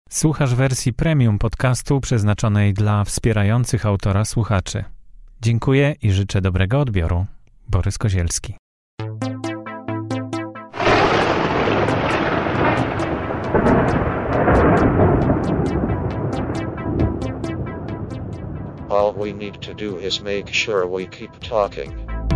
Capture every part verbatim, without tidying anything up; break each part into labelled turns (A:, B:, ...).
A: Słuchasz wersji premium podcastu przeznaczonej dla wspierających autora słuchaczy. Dziękuję i życzę dobrego odbioru. Borys Kozielski.
B: All we need to do is make sure we keep talking.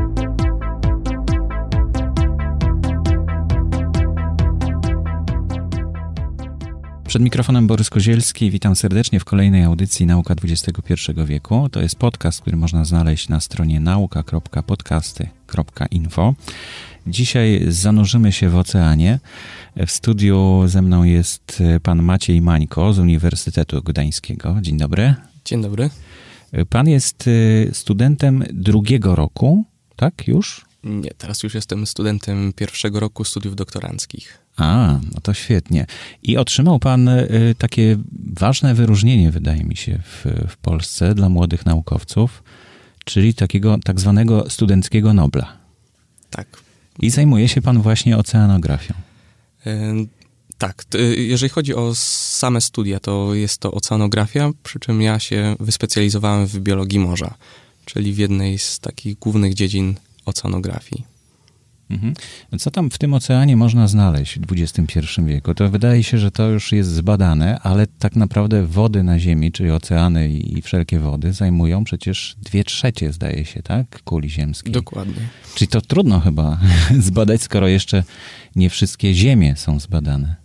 C: Przed mikrofonem Borys Kozielski. Witam serdecznie w kolejnej audycji Nauka dwudziestego pierwszego wieku. To jest podcast, który można znaleźć na stronie nauka kropka podcasty kropka info. Dzisiaj zanurzymy się w oceanie. W studiu ze mną jest pan Maciej Mańko z Uniwersytetu Gdańskiego. Dzień dobry.
D: Dzień dobry.
C: Pan jest studentem drugiego roku, tak już?
D: Nie, teraz już jestem studentem pierwszego roku studiów doktoranckich.
C: A, no to świetnie. I otrzymał pan y, takie ważne wyróżnienie, wydaje mi się, w, w Polsce dla młodych naukowców, czyli takiego tak zwanego studenckiego Nobla.
D: Tak.
C: I zajmuje się pan właśnie oceanografią.
D: Y, tak, to, jeżeli chodzi o same studia, to jest to oceanografia, przy czym ja się wyspecjalizowałem w biologii morza, czyli w jednej z takich głównych dziedzin oceanografii.
C: Mhm. Co tam w tym oceanie można znaleźć w dwudziestym pierwszym wieku? To wydaje się, że to już jest zbadane, ale tak naprawdę wody na Ziemi, czyli oceany i wszelkie wody zajmują przecież dwie trzecie, zdaje się, tak? Kuli ziemskiej.
D: Dokładnie.
C: Czyli to trudno chyba zbadać, skoro jeszcze nie wszystkie ziemie są zbadane.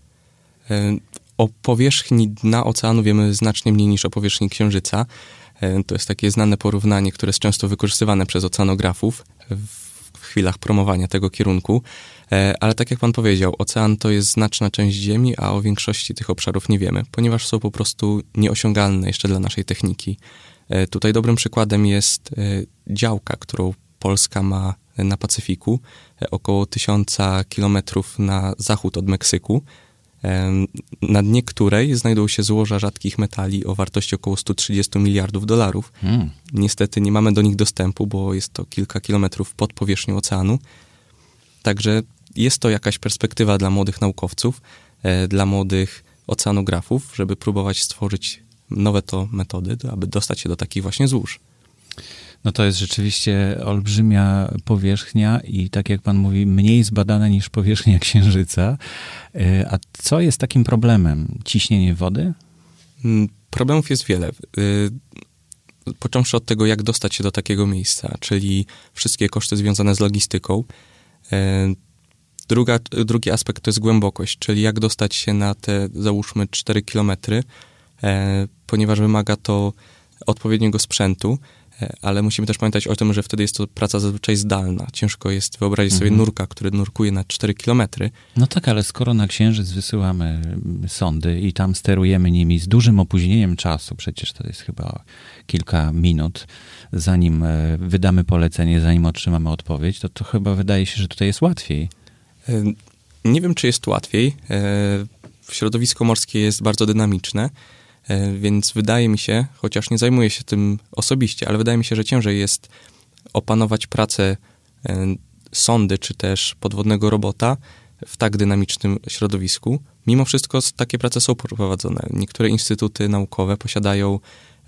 D: O powierzchni dna oceanu wiemy znacznie mniej niż o powierzchni Księżyca. To jest takie znane porównanie, które jest często wykorzystywane przez oceanografów w chwilach promowania tego kierunku. Ale tak jak pan powiedział, ocean to jest znaczna część Ziemi, a o większości tych obszarów nie wiemy, ponieważ są po prostu nieosiągalne jeszcze dla naszej techniki. Tutaj dobrym przykładem jest działka, którą Polska ma na Pacyfiku, około tysiąca kilometrów na zachód od Meksyku, na dnie której znajdują się złoża rzadkich metali o wartości około sto trzydzieści miliardów dolarów. Hmm. Niestety nie mamy do nich dostępu, bo jest to kilka kilometrów pod powierzchnią oceanu. Także jest to jakaś perspektywa dla młodych naukowców, dla młodych oceanografów, żeby próbować stworzyć nowe to metody, aby dostać się do takich właśnie złóż.
C: No to jest rzeczywiście olbrzymia powierzchnia i tak jak pan mówi, mniej zbadana niż powierzchnia Księżyca. A co jest takim problemem? Ciśnienie wody?
D: Problemów jest wiele. Począwszy od tego, jak dostać się do takiego miejsca, czyli wszystkie koszty związane z logistyką. Druga, drugi aspekt to jest głębokość, czyli jak dostać się na te, załóżmy, cztery kilometry, ponieważ wymaga to odpowiedniego sprzętu. Ale musimy też pamiętać o tym, że wtedy jest to praca zazwyczaj zdalna. Ciężko jest wyobrazić mhm. sobie nurka, który nurkuje na cztery kilometry.
C: No tak, ale skoro na Księżyc wysyłamy sondy i tam sterujemy nimi z dużym opóźnieniem czasu, przecież to jest chyba kilka minut, zanim wydamy polecenie, zanim otrzymamy odpowiedź, to, to chyba wydaje się, że tutaj jest łatwiej.
D: Nie wiem, czy jest łatwiej. Środowisko morskie jest bardzo dynamiczne. Więc wydaje mi się, chociaż nie zajmuję się tym osobiście, ale wydaje mi się, że ciężej jest opanować pracę sondy czy też podwodnego robota w tak dynamicznym środowisku. Mimo wszystko takie prace są prowadzone. Niektóre instytuty naukowe posiadają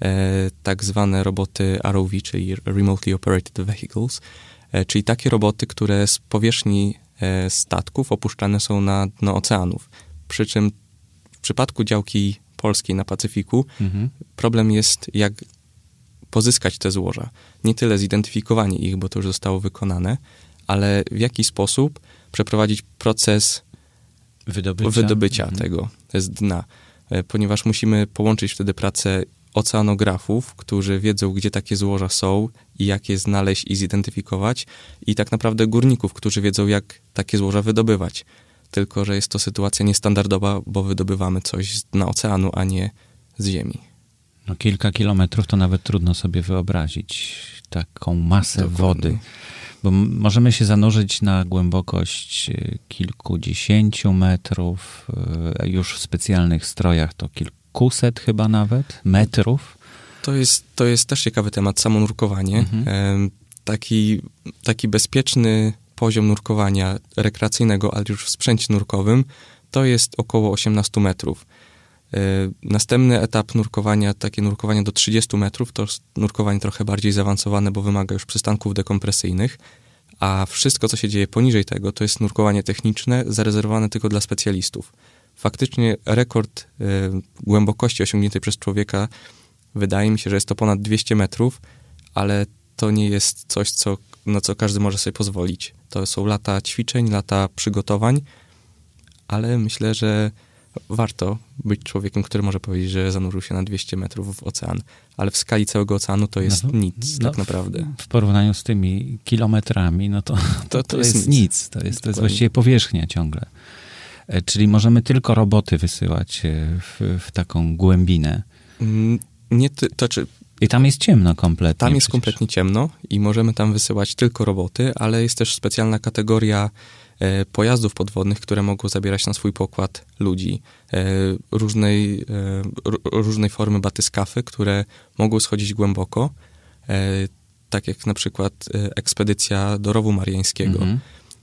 D: tak zwane roboty R O V, czyli Remotely Operated Vehicles, czyli takie roboty, które z powierzchni statków opuszczane są na dno oceanów. Przy czym w przypadku działki polskiej na Pacyfiku, mhm. problem jest, jak pozyskać te złoża. Nie tyle zidentyfikowanie ich, bo to już zostało wykonane, ale w jaki sposób przeprowadzić proces wydobycia, wydobycia mhm. tego z dna. Ponieważ musimy połączyć wtedy pracę oceanografów, którzy wiedzą, gdzie takie złoża są i jak je znaleźć i zidentyfikować, i tak naprawdę górników, którzy wiedzą, jak takie złoża wydobywać. Tylko że jest to sytuacja niestandardowa, bo wydobywamy coś z dna oceanu, a nie z ziemi.
C: No kilka kilometrów to nawet trudno sobie wyobrazić taką masę Dokładnie. wody. Bo możemy się zanurzyć na głębokość kilkudziesięciu metrów, już w specjalnych strojach to kilkuset chyba nawet metrów.
D: To jest, to jest też ciekawy temat, samo nurkowanie. Mhm. Taki, taki bezpieczny poziom nurkowania rekreacyjnego, ale już w sprzęcie nurkowym, to jest około osiemnaście metrów. Następny etap nurkowania, takie nurkowanie do trzydziestu metrów, to nurkowanie trochę bardziej zaawansowane, bo wymaga już przystanków dekompresyjnych, a wszystko, co się dzieje poniżej tego, to jest nurkowanie techniczne, zarezerwowane tylko dla specjalistów. Faktycznie rekord y, głębokości osiągniętej przez człowieka, wydaje mi się, że jest to ponad dwieście metrów, ale to nie jest coś, co, na co każdy może sobie pozwolić. To są lata ćwiczeń, lata przygotowań, ale myślę, że warto być człowiekiem, który może powiedzieć, że zanurzył się na dwieście metrów w ocean. Ale w skali całego oceanu to jest no, nic, no, tak naprawdę.
C: W, w porównaniu z tymi kilometrami, no to, to, to, to jest, jest nic. nic. To jest, to jest właściwie powierzchnia ciągle. Czyli możemy tylko roboty wysyłać w, w taką głębinę.
D: Nie, ty, to czy...
C: I tam jest ciemno kompletnie.
D: Tam jest
C: przecież.
D: kompletnie ciemno i możemy tam wysyłać tylko roboty, ale jest też specjalna kategoria e, pojazdów podwodnych, które mogą zabierać na swój pokład ludzi. E, różnej, e, r, różnej formy batyskafy, które mogą schodzić głęboko, e, tak jak na przykład e, ekspedycja do Rowu Mariańskiego. Mhm.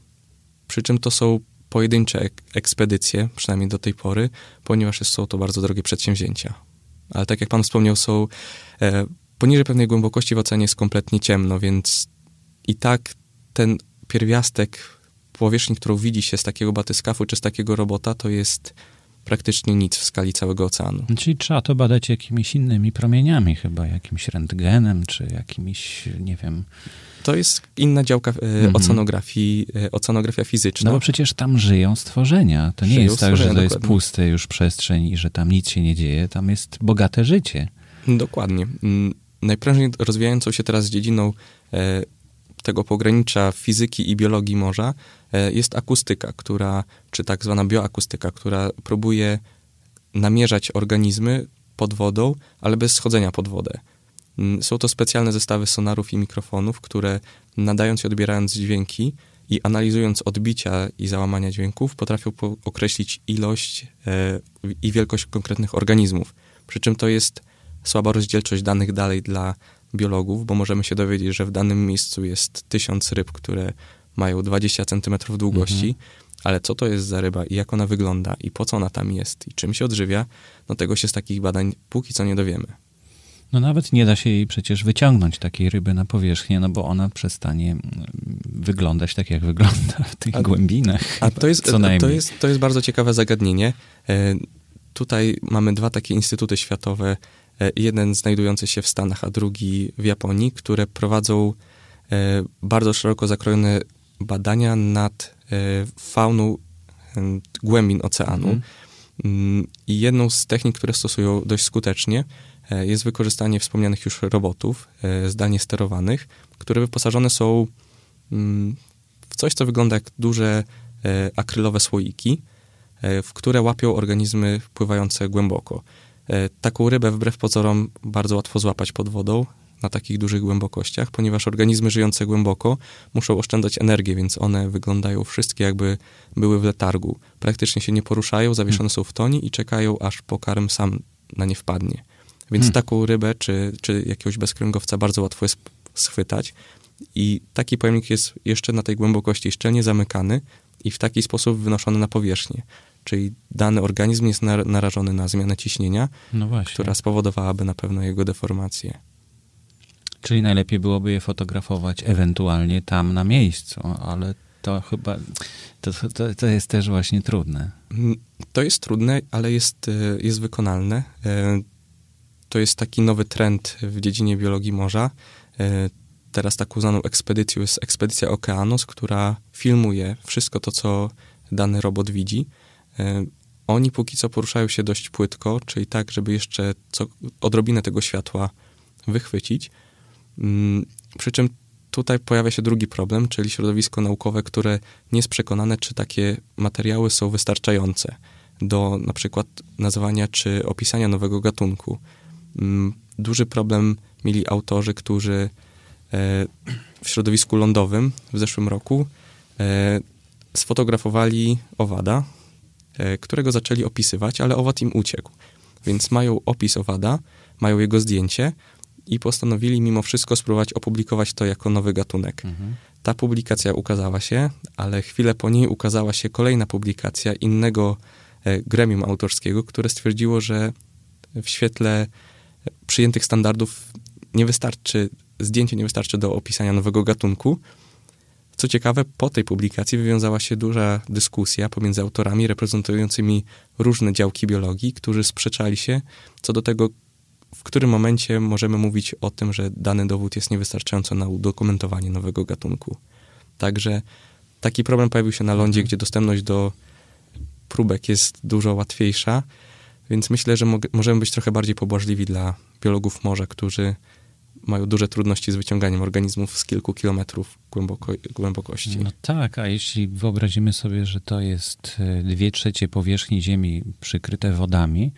D: Przy czym to są pojedyncze ek- ekspedycje, przynajmniej do tej pory, ponieważ są to bardzo drogie przedsięwzięcia. Ale tak jak pan wspomniał, są e, poniżej pewnej głębokości w oceanie jest kompletnie ciemno, więc i tak ten pierwiastek powierzchni, którą widzi się z takiego batyskafu czy z takiego robota, to jest praktycznie nic w skali całego oceanu.
C: Czyli trzeba to badać jakimiś innymi promieniami chyba, jakimś rentgenem, czy jakimiś, nie wiem...
D: To jest inna działka e, oceanografii, e, oceanografia fizyczna.
C: No bo przecież tam żyją stworzenia. To nie żyją jest tak, że to dokładnie. Jest puste już przestrzeń i że tam nic się nie dzieje. Tam jest bogate życie.
D: Dokładnie. Najprężniej rozwijającą się teraz dziedziną e, tego pogranicza fizyki i biologii morza e, jest akustyka, która, czy tak zwana bioakustyka, która próbuje namierzać organizmy pod wodą, ale bez schodzenia pod wodę. Są to specjalne zestawy sonarów i mikrofonów, które nadając i odbierając dźwięki i analizując odbicia i załamania dźwięków, potrafią po- określić ilość e, i wielkość konkretnych organizmów. Przy czym to jest słaba rozdzielczość danych dalej dla biologów, bo możemy się dowiedzieć, że w danym miejscu jest tysiąc ryb, które mają dwadzieścia centymetrów długości, mhm. ale co to jest za ryba i jak ona wygląda i po co ona tam jest i czym się odżywia, no tego się z takich badań póki co nie dowiemy.
C: No nawet nie da się jej przecież wyciągnąć, takiej ryby, na powierzchnię, no bo ona przestanie wyglądać tak, jak wygląda w tych a, głębinach.
D: A to jest,
C: co najmniej.
D: To jest, to jest bardzo ciekawe zagadnienie. E, tutaj mamy dwa takie instytuty światowe, e, jeden znajdujący się w Stanach, a drugi w Japonii, które prowadzą e, bardzo szeroko zakrojone badania nad e, fauną e, głębin oceanu. Mhm. I jedną z technik, które stosują dość skutecznie, jest wykorzystanie wspomnianych już robotów e, zdalnie sterowanych, które wyposażone są mm, w coś, co wygląda jak duże e, akrylowe słoiki, e, w które łapią organizmy pływające głęboko. E, taką rybę wbrew pozorom bardzo łatwo złapać pod wodą na takich dużych głębokościach, ponieważ organizmy żyjące głęboko muszą oszczędzać energię, więc one wyglądają wszystkie jakby były w letargu. Praktycznie się nie poruszają, zawieszone są w tonie i czekają, aż pokarm sam na nie wpadnie. Więc hmm. taką rybę, czy, czy jakiegoś bezkręgowca bardzo łatwo jest schwytać. I taki pojemnik jest jeszcze na tej głębokości szczelnie zamykany i w taki sposób wynoszony na powierzchnię. Czyli dany organizm jest narażony na zmianę ciśnienia, no która spowodowałaby na pewno jego deformację.
C: Czyli najlepiej byłoby je fotografować ewentualnie tam na miejscu, ale to chyba, to, to, to jest też właśnie trudne.
D: To jest trudne, ale jest, jest wykonalne. To jest taki nowy trend w dziedzinie biologii morza. Teraz taką znaną ekspedycją jest ekspedycja Okeanos, która filmuje wszystko to, co dany robot widzi. Oni póki co poruszają się dość płytko, czyli tak, żeby jeszcze co, odrobinę tego światła wychwycić. Przy czym tutaj pojawia się drugi problem, czyli środowisko naukowe, które nie jest przekonane, czy takie materiały są wystarczające do na przykład nazwania czy opisania nowego gatunku. Duży problem mieli autorzy, którzy w środowisku lądowym w zeszłym roku sfotografowali owada, którego zaczęli opisywać, ale owad im uciekł. Więc mają opis owada, mają jego zdjęcie i postanowili mimo wszystko spróbować opublikować to jako nowy gatunek. Mhm. Ta publikacja ukazała się, ale chwilę po niej ukazała się kolejna publikacja innego gremium autorskiego, które stwierdziło, że w świetle przyjętych standardów nie wystarczy, zdjęcie nie wystarczy do opisania nowego gatunku. Co ciekawe, po tej publikacji wywiązała się duża dyskusja pomiędzy autorami reprezentującymi różne działki biologii, którzy sprzeczali się co do tego, w którym momencie możemy mówić o tym, że dany dowód jest niewystarczający na udokumentowanie nowego gatunku. Także taki problem pojawił się na lądzie, gdzie dostępność do próbek jest dużo łatwiejsza, więc myślę, że mo- możemy być trochę bardziej pobłażliwi dla biologów morza, którzy mają duże trudności z wyciąganiem organizmów z kilku kilometrów głęboko- głębokości.
C: No tak, a jeśli wyobrazimy sobie, że to jest dwie trzecie powierzchni Ziemi przykryte wodami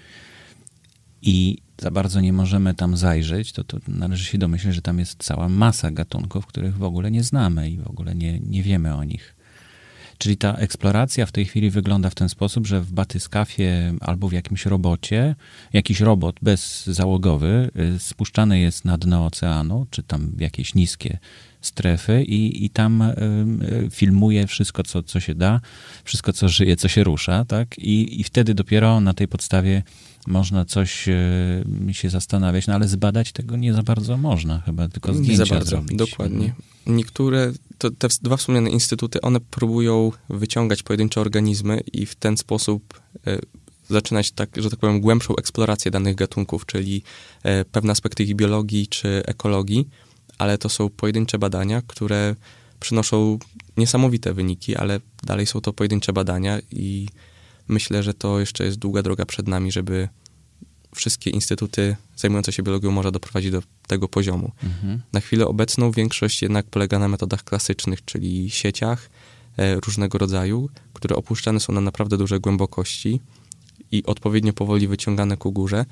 C: i za bardzo nie możemy tam zajrzeć, to, to należy się domyśleć, że tam jest cała masa gatunków, których w ogóle nie znamy i w ogóle nie, nie wiemy o nich. Czyli ta eksploracja w tej chwili wygląda w ten sposób, że w batyskafie albo w jakimś robocie, jakiś robot bezzałogowy spuszczany jest na dno oceanu, czy tam w jakieś niskie strefy i, i tam y, y, filmuje wszystko, co, co się da, wszystko, co żyje, co się rusza, tak? I, i wtedy dopiero na tej podstawie można coś y, się zastanawiać, no ale zbadać tego nie za bardzo można, chyba tylko zdjęcia
D: nie za bardzo,
C: zrobić.
D: dokładnie. Niektóre, to, te dwa wspomniane instytuty, one próbują wyciągać pojedyncze organizmy i w ten sposób y, zaczynać, tak, że tak powiem, głębszą eksplorację danych gatunków, czyli y, pewne aspekty ich biologii czy ekologii, ale to są pojedyncze badania, które przynoszą niesamowite wyniki, ale dalej są to pojedyncze badania i myślę, że to jeszcze jest długa droga przed nami, żeby wszystkie instytuty zajmujące się biologią morza doprowadzić do tego poziomu. Mhm. Na chwilę obecną większość jednak polega na metodach klasycznych, czyli sieciach e, różnego rodzaju, które opuszczane są na naprawdę duże głębokości i odpowiednio powoli wyciągane ku górze.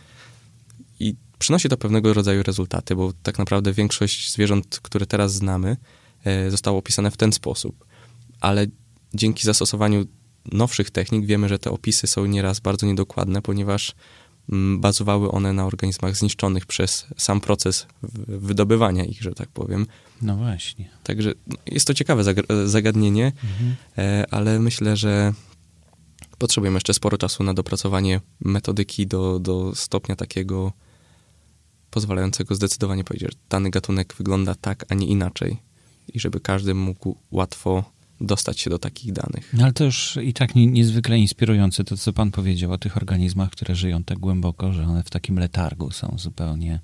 D: I przynosi to pewnego rodzaju rezultaty, bo tak naprawdę większość zwierząt, które teraz znamy, e, zostało opisane w ten sposób. Ale dzięki zastosowaniu nowszych technik wiemy, że te opisy są nieraz bardzo niedokładne, ponieważ m, bazowały one na organizmach zniszczonych przez sam proces w, wydobywania ich, że tak powiem.
C: No właśnie.
D: Także jest to ciekawe zag- zagadnienie, mhm. e, ale myślę, że potrzebujemy jeszcze sporo czasu na dopracowanie metodyki do, do stopnia takiego pozwalającego zdecydowanie powiedzieć, że dany gatunek wygląda tak, a nie inaczej i żeby każdy mógł łatwo dostać się do takich danych.
C: No ale to już i tak nie, niezwykle inspirujące to, co pan powiedział o tych organizmach, które żyją tak głęboko, że one w takim letargu są zupełnie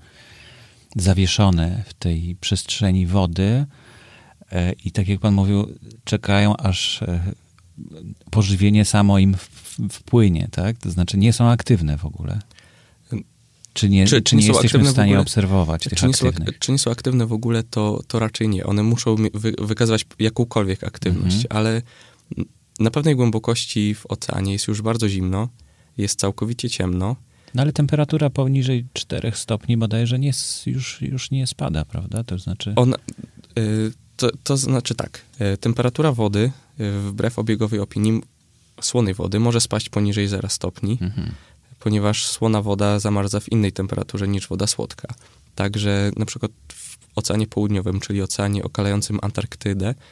C: zawieszone w tej przestrzeni wody i tak jak pan mówił, czekają aż pożywienie samo im wpłynie, tak? To znaczy nie są aktywne w ogóle. Czy nie, czy, czy nie, nie jesteśmy w stanie w ogóle obserwować tych
D: czy nie
C: aktywnych?
D: Są, czy nie są aktywne w ogóle, to, to raczej nie. One muszą wy, wykazywać jakąkolwiek aktywność, mhm. ale na pewnej głębokości w oceanie jest już bardzo zimno, jest całkowicie ciemno.
C: No ale temperatura poniżej czterech stopni bodajże nie, już, już nie spada, prawda? To znaczy...
D: On, y, to, to znaczy tak, y, temperatura wody, y, wbrew obiegowej opinii, słonej wody może spaść poniżej zera stopni, mhm. ponieważ słona woda zamarza w innej temperaturze niż woda słodka. Także na przykład w Oceanie Południowym, czyli oceanie okalającym Antarktydę, e,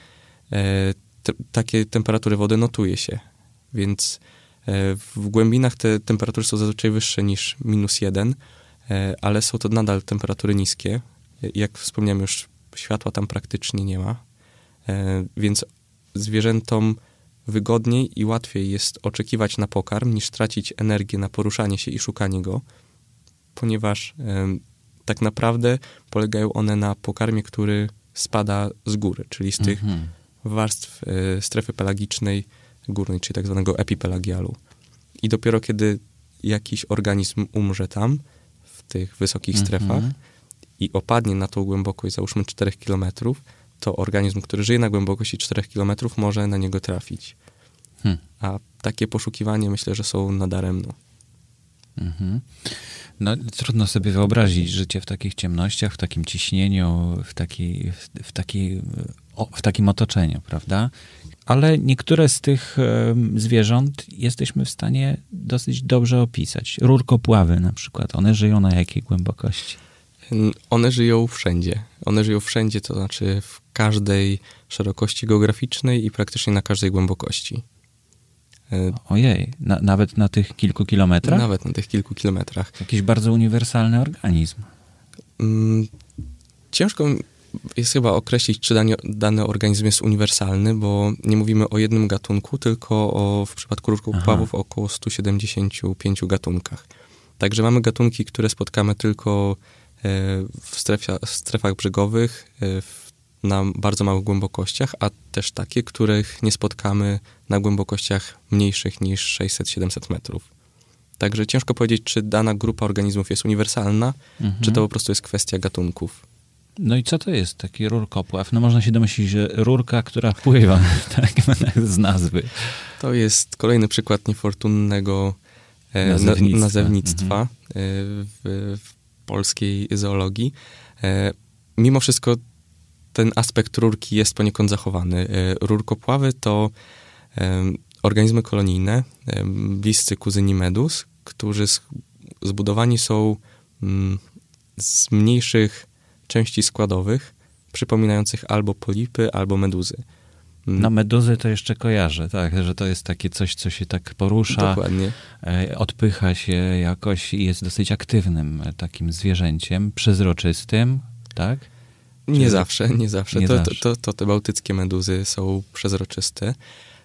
D: te, takie temperatury wody notuje się. Więc e, w głębinach te temperatury są zazwyczaj wyższe niż minus jeden, e, ale są to nadal temperatury niskie. Jak wspomniałem już, światła tam praktycznie nie ma. E, więc zwierzętom wygodniej i łatwiej jest oczekiwać na pokarm, niż tracić energię na poruszanie się i szukanie go, ponieważ e, tak naprawdę polegają one na pokarmie, który spada z góry, czyli z tych mhm. warstw e, strefy pelagicznej górnej, czyli tak zwanego epipelagialu. I dopiero kiedy jakiś organizm umrze tam, w tych wysokich mhm. strefach i opadnie na tą głębokość, załóżmy czterech kilometrów, to organizm, który żyje na głębokości czterech kilometrów, może na niego trafić. Hmm. A takie poszukiwanie myślę, że są nadaremno.
C: Mhm. No trudno sobie wyobrazić życie w takich ciemnościach, w takim ciśnieniu, w, taki, w, w, taki, o, w takim otoczeniu, prawda? Ale niektóre z tych e, zwierząt jesteśmy w stanie dosyć dobrze opisać. Rurkopławy na przykład, one żyją na jakiej głębokości?
D: One żyją wszędzie. One żyją wszędzie, to znaczy w każdej szerokości geograficznej i praktycznie na każdej głębokości.
C: Ojej, na, nawet na tych kilku kilometrach?
D: Nawet na tych kilku kilometrach.
C: Jakiś bardzo uniwersalny organizm.
D: Hmm, ciężko jest chyba określić, czy dany, dany organizm jest uniwersalny, bo nie mówimy o jednym gatunku, tylko o, w przypadku rurkopławów około stu siedemdziesięciu pięciu gatunkach. Także mamy gatunki, które spotkamy tylko w, strefia, w strefach brzegowych, w, na bardzo małych głębokościach, a też takie, których nie spotkamy na głębokościach mniejszych niż sześćset siedemset metrów. Także ciężko powiedzieć, czy dana grupa organizmów jest uniwersalna, mhm. czy to po prostu jest kwestia gatunków.
C: No i co to jest taki rurkopław? No można się domyślić, że rurka, która pływa, tak, z nazwy.
D: To jest kolejny przykład niefortunnego e, nazewnictwa, nazewnictwa mhm. w, w polskiej zoologii. E, mimo wszystko ten aspekt rurki jest poniekąd zachowany. E, rurkopławy to e, organizmy kolonijne, e, bliscy kuzyni medus, którzy z, zbudowani są mm, z mniejszych części składowych, przypominających albo polipy, albo meduzy.
C: No meduzy to jeszcze kojarzę, tak, że to jest takie coś, co się tak porusza,
D: dokładnie.
C: Odpycha się jakoś i jest dosyć aktywnym takim zwierzęciem, przezroczystym, tak? Czy
D: nie zawsze, nie zawsze.
C: Nie
D: to,
C: zawsze.
D: To, to, to te bałtyckie meduzy są przezroczyste.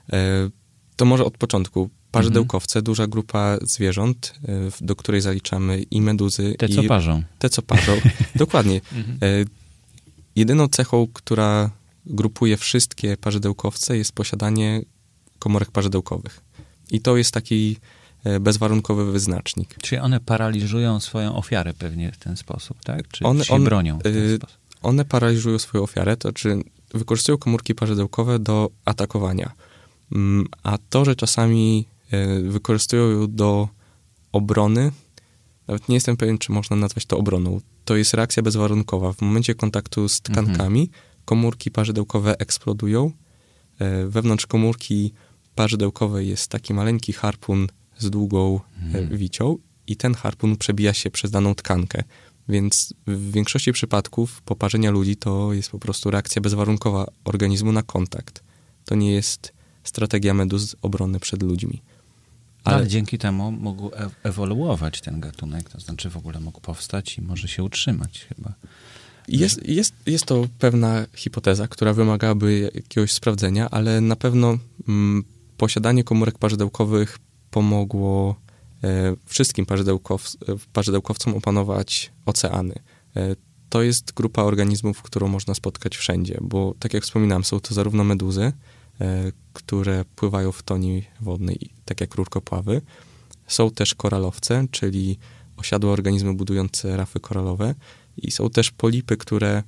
D: To może od początku. Parzydełkowce, mhm. duża grupa zwierząt, do której zaliczamy i meduzy.
C: Te, co
D: i
C: parzą.
D: Te, co parzą. Dokładnie. Mhm. Jedyną cechą, która grupuje wszystkie parzydełkowce, jest posiadanie komórek parzydełkowych. I to jest taki bezwarunkowy wyznacznik.
C: Czyli one paraliżują swoją ofiarę pewnie w ten sposób, tak? Czy,
D: one,
C: czy
D: on,
C: bronią w ten
D: y,
C: sposób?
D: One paraliżują swoją ofiarę, to znaczy wykorzystują komórki parzydełkowe do atakowania. A to, że czasami wykorzystują ją do obrony, nawet nie jestem pewien, czy można nazwać to obroną. To jest reakcja bezwarunkowa. W momencie kontaktu z tkankami mhm. komórki parzydełkowe eksplodują. Wewnątrz komórki parzydełkowej jest taki maleńki harpun z długą mhm. wicią i ten harpun przebija się przez daną tkankę. Więc w większości przypadków poparzenia ludzi to jest po prostu reakcja bezwarunkowa organizmu na kontakt. To nie jest strategia meduz obrony przed ludźmi.
C: Ale, Ale dzięki temu mógł e- ewoluować ten gatunek, to znaczy w ogóle mógł powstać i może się utrzymać chyba.
D: Jest, jest, jest to pewna hipoteza, która wymagałaby jakiegoś sprawdzenia, ale na pewno mm, posiadanie komórek parzydełkowych pomogło e, wszystkim parzydełkow, parzydełkowcom opanować oceany. E, to jest grupa organizmów, którą można spotkać wszędzie, bo tak jak wspominałem, są to zarówno meduzy, które pływają w toni wodnej, tak jak rurkopławy. Są też koralowce, czyli osiadłe organizmy budujące rafy koralowe i są też polipy, które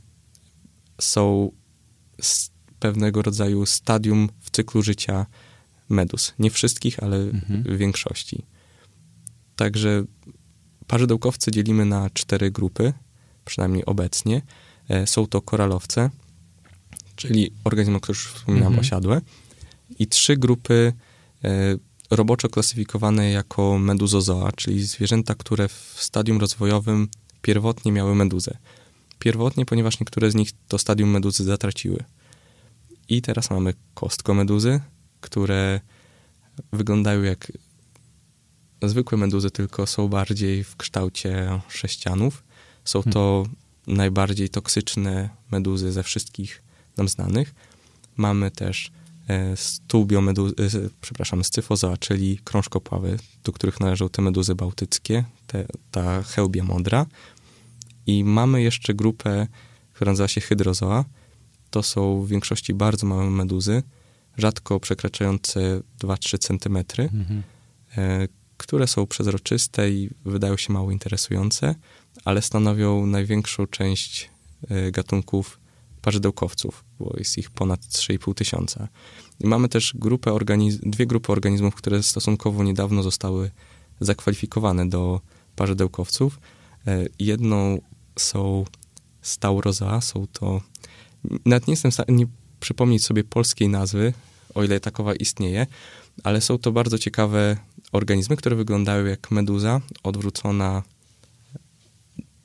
D: są z pewnego rodzaju stadium w cyklu życia meduz. Nie wszystkich, ale mhm. w większości. Także parzydełkowce dzielimy na cztery grupy, przynajmniej obecnie. Są to koralowce, czyli organizmy, o których już wspominałem, mhm. osiadłe. I trzy grupy e, roboczo klasyfikowane jako meduzozoa, czyli zwierzęta, które w stadium rozwojowym pierwotnie miały meduzę. Pierwotnie, ponieważ niektóre z nich to stadium meduzy zatraciły. I teraz mamy kostkomeduzy, które wyglądają jak zwykłe meduzy, tylko są bardziej w kształcie sześcianów. Są to hmm. najbardziej toksyczne meduzy ze wszystkich nam znanych. Mamy też e, stulbiomeduzy, e, przepraszam, scyfozoa, czyli krążkopławy, do których należą te meduzy bałtyckie, te, ta chełbia modra. I mamy jeszcze grupę, która nazywa się hydrozoa. To są w większości bardzo małe meduzy, rzadko przekraczające dwa do trzech centymetrów, mhm. e, które są przezroczyste i wydają się mało interesujące, ale stanowią największą część e, gatunków parzydełkowców, bo jest ich ponad trzy i pół tysiąca. I mamy też grupę organiz- dwie grupy organizmów, które stosunkowo niedawno zostały zakwalifikowane do parzydełkowców. E, jedną są staurozoa, są to... Nawet nie jestem w stanie przypomnieć sobie polskiej nazwy, o ile takowa istnieje, ale są to bardzo ciekawe organizmy, które wyglądają jak meduza odwrócona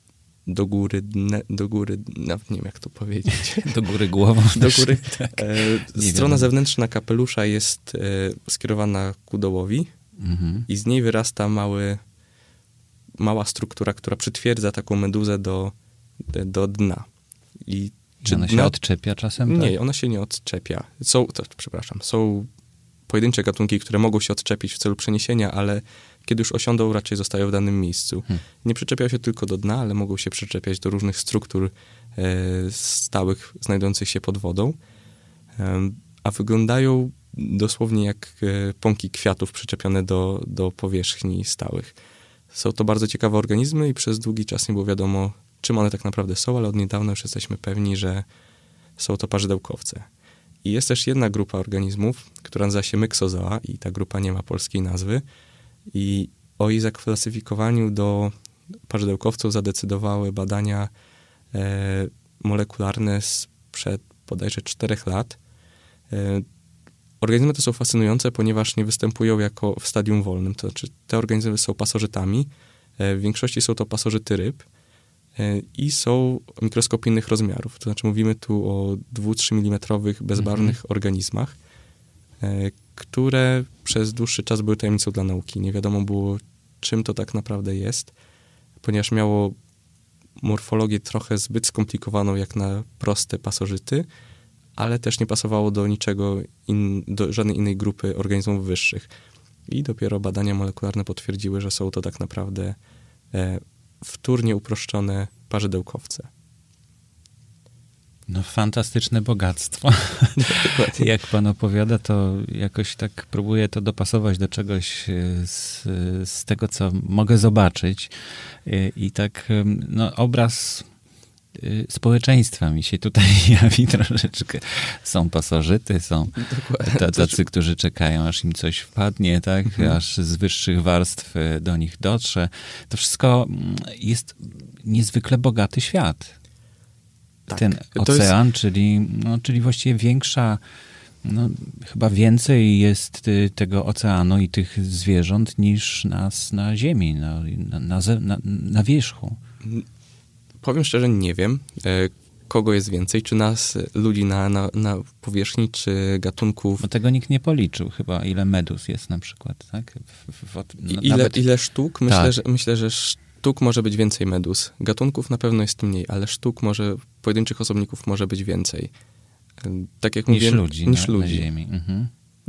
D: do góry, dne, do góry, nawet nie wiem jak to powiedzieć.
C: Do góry głową.
D: Do góry.
C: Tak.
D: E, strona wiem. zewnętrzna kapelusza jest e, skierowana ku dołowi mhm. i z niej wyrasta mały, mała struktura, która przytwierdza taką meduzę do, do dna. I
C: czy ona dna... się odczepia czasem?
D: Nie,
C: tak?
D: ona się nie odczepia. Są, to, przepraszam, są pojedyncze gatunki, które mogą się odczepić w celu przeniesienia, ale kiedy już osiądą, raczej zostają w danym miejscu. Hmm. Nie przyczepiają się tylko do dna, ale mogą się przyczepiać do różnych struktur e, stałych, znajdujących się pod wodą, e, a wyglądają dosłownie jak e, pąki kwiatów przyczepione do, do powierzchni stałych. Są to bardzo ciekawe organizmy i przez długi czas nie było wiadomo, czym one tak naprawdę są, ale od niedawna już jesteśmy pewni, że są to parzydełkowce. I jest też jedna grupa organizmów, która nazywa się Myxozoa i ta grupa nie ma polskiej nazwy. I o jej zaklasyfikowaniu do parzydełkowców zadecydowały badania e, molekularne sprzed bodajże czterech lat. E, organizmy te są fascynujące, ponieważ nie występują jako w stadium wolnym. To znaczy te organizmy są pasożytami. E, w większości są to pasożyty ryb e, i są mikroskopijnych rozmiarów. To znaczy mówimy tu o dwa do trzech milimetrów bezbarwnych mhm. organizmach, e, które przez dłuższy czas były tajemnicą dla nauki. Nie wiadomo było, czym to tak naprawdę jest, ponieważ miało morfologię trochę zbyt skomplikowaną jak na proste pasożyty, ale też nie pasowało do niczego, in, do żadnej innej grupy organizmów wyższych. I dopiero badania molekularne potwierdziły, że są to tak naprawdę e, wtórnie uproszczone parzydełkowce.
C: No fantastyczne bogactwo. Jak pan opowiada, to jakoś tak próbuję to dopasować do czegoś z, z tego, co mogę zobaczyć. I tak no, obraz społeczeństwa mi się tutaj jawi troszeczkę. Są pasożyty, są t- tacy, którzy czekają, aż im coś wpadnie, tak? Mhm. Aż z wyższych warstw do nich dotrze. To wszystko jest niezwykle bogaty świat. Tak, ten ocean, jest... czyli, no, czyli właściwie większa, no, chyba więcej jest tego oceanu i tych zwierząt niż nas na ziemi, na, na, na, na wierzchu.
D: Powiem szczerze, nie wiem, kogo jest więcej, czy nas, ludzi na, na, na powierzchni, czy gatunków.
C: Bo tego nikt nie policzył chyba, ile meduz jest na przykład, tak? W, w, w,
D: no, ile, nawet... ile sztuk? Myślę, tak. że, myślę, że sztuk może być więcej meduz. Gatunków na pewno jest mniej, ale sztuk może, pojedynczych osobników może być więcej. Tak jak
C: niż
D: mówię,
C: ludzi
D: niż
C: na,
D: ludzi.
C: na ziemi. Mhm.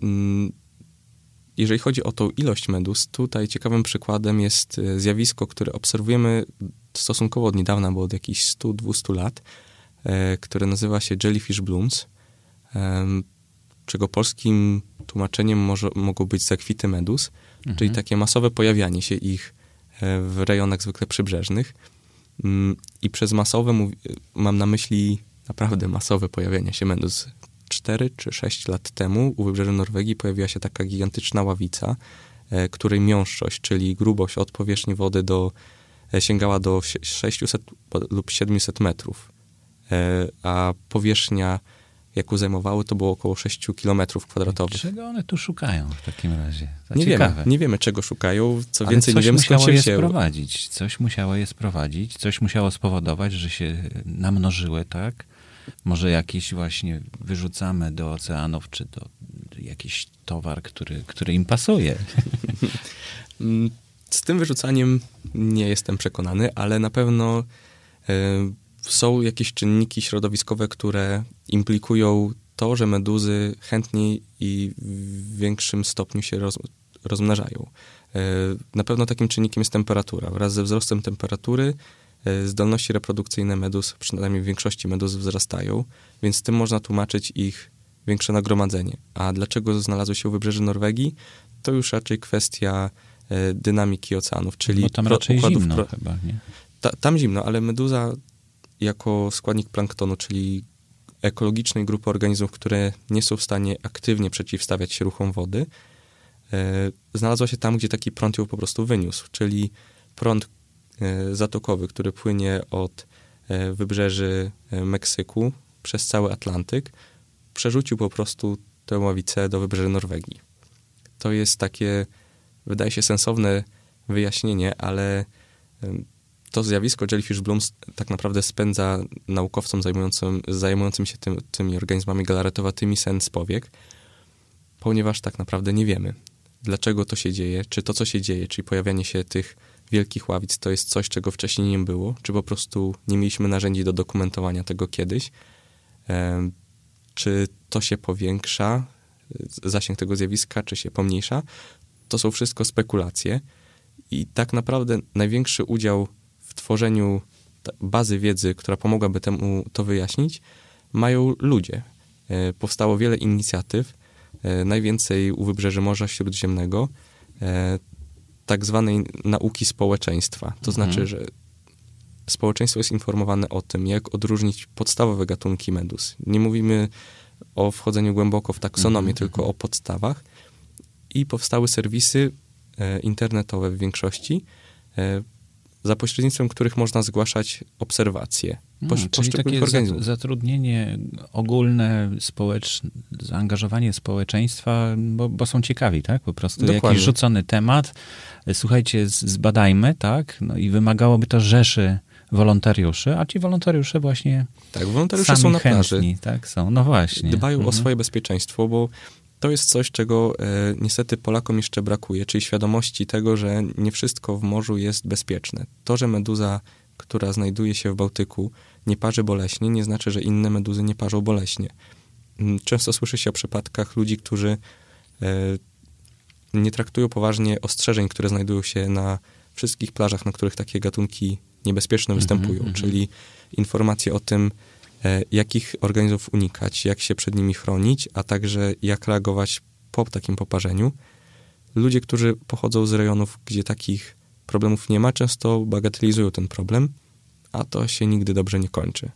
D: Jeżeli chodzi o tą ilość meduz, tutaj ciekawym przykładem jest zjawisko, które obserwujemy stosunkowo od niedawna, bo od jakichś stu do dwustu lat, e, które nazywa się jellyfish blooms, e, czego polskim tłumaczeniem może, mogą być zakwity meduz, mhm. czyli takie masowe pojawianie się ich e, w rejonach zwykle przybrzeżnych. Mm, I przez masowe mów, mam na myśli naprawdę masowe pojawianie się meduz. Cztery czy sześć lat temu u wybrzeży Norwegii pojawiła się taka gigantyczna ławica, e, której miąższość, czyli grubość od powierzchni wody do sięgała do sześciuset lub siedmiuset metrów, e, a powierzchnia, jaką zajmowały, to było około sześciu kilometrów kwadratowych.
C: Czego one tu szukają w takim razie? To
D: nie
C: ciekawe.
D: wiemy, nie wiemy czego szukają, co
C: Ale
D: więcej nie wiemy skąd się
C: je
D: wzięły.
C: Sprowadzić. Coś musiało je sprowadzić, coś musiało spowodować, że się namnożyły, tak? Może jakiś właśnie wyrzucamy do oceanów, czy do jakiś towar, który, który im pasuje.
D: Z tym wyrzucaniem nie jestem przekonany, ale na pewno y, są jakieś czynniki środowiskowe, które implikują to, że meduzy chętniej i w większym stopniu się roz, rozmnażają. Y, na pewno takim czynnikiem jest temperatura. Wraz ze wzrostem temperatury y, zdolności reprodukcyjne meduz, przynajmniej w większości meduz, wzrastają, więc tym można tłumaczyć ich większe nagromadzenie. A dlaczego znalazły się u wybrzeży Norwegii? To już raczej kwestia dynamiki oceanów, czyli
C: bo tam raczej
D: układów
C: zimno
D: pro...
C: chyba, nie?
D: Ta, tam zimno, ale meduza jako składnik planktonu, czyli ekologicznej grupy organizmów, które nie są w stanie aktywnie przeciwstawiać się ruchom wody, e, znalazła się tam, gdzie taki prąd ją po prostu wyniósł, czyli prąd e, zatokowy, który płynie od e, wybrzeży e, Meksyku przez cały Atlantyk, przerzucił po prostu tę ławicę do wybrzeży Norwegii. To jest takie, wydaje się, sensowne wyjaśnienie, ale to zjawisko Jellyfish Bloom tak naprawdę spędza naukowcom zajmującym, zajmującym się tym, tymi organizmami galaretowatymi sen z powiek, ponieważ tak naprawdę nie wiemy, dlaczego to się dzieje, czy to, co się dzieje, czyli pojawianie się tych wielkich ławic, to jest coś, czego wcześniej nie było, czy po prostu nie mieliśmy narzędzi do dokumentowania tego kiedyś, e, czy to się powiększa, zasięg tego zjawiska, czy się pomniejsza. To są wszystko spekulacje i tak naprawdę największy udział w tworzeniu bazy wiedzy, która pomogłaby temu to wyjaśnić, mają ludzie. E, powstało wiele inicjatyw, e, najwięcej u wybrzeży Morza Śródziemnego, e, tak zwanej nauki społeczeństwa. To mhm. znaczy, że społeczeństwo jest informowane o tym, jak odróżnić podstawowe gatunki meduz. Nie mówimy o wchodzeniu głęboko w taksonomię, mhm. tylko o podstawach. I powstały serwisy e, internetowe w większości, e, za pośrednictwem których można zgłaszać obserwacje posz,
C: hmm, czyli takie
D: organizmów.
C: Zatrudnienie ogólne, społeczne, zaangażowanie społeczeństwa, bo, bo są ciekawi, tak? Po prostu Dokładnie. Jakiś rzucony temat, słuchajcie, zbadajmy, tak? No i wymagałoby to rzeszy wolontariuszy, a ci wolontariusze właśnie
D: tak, wolontariusze
C: sami
D: są na
C: chętni,
D: plaży.
C: Tak, są, no właśnie.
D: Dbają
C: mhm.
D: o swoje bezpieczeństwo, bo to jest coś, czego e, niestety Polakom jeszcze brakuje, czyli świadomości tego, że nie wszystko w morzu jest bezpieczne. To, że meduza, która znajduje się w Bałtyku, nie parzy boleśnie, nie znaczy, że inne meduzy nie parzą boleśnie. Często słyszy się o przypadkach ludzi, którzy e, nie traktują poważnie ostrzeżeń, które znajdują się na wszystkich plażach, na których takie gatunki niebezpieczne występują, mm-hmm, czyli informacje o tym, e, jakich organizmów unikać, jak się przed nimi chronić, a także jak reagować po takim poparzeniu. Ludzie, którzy pochodzą z rejonów, gdzie takich problemów nie ma, często bagatelizują ten problem, a to się nigdy dobrze nie kończy.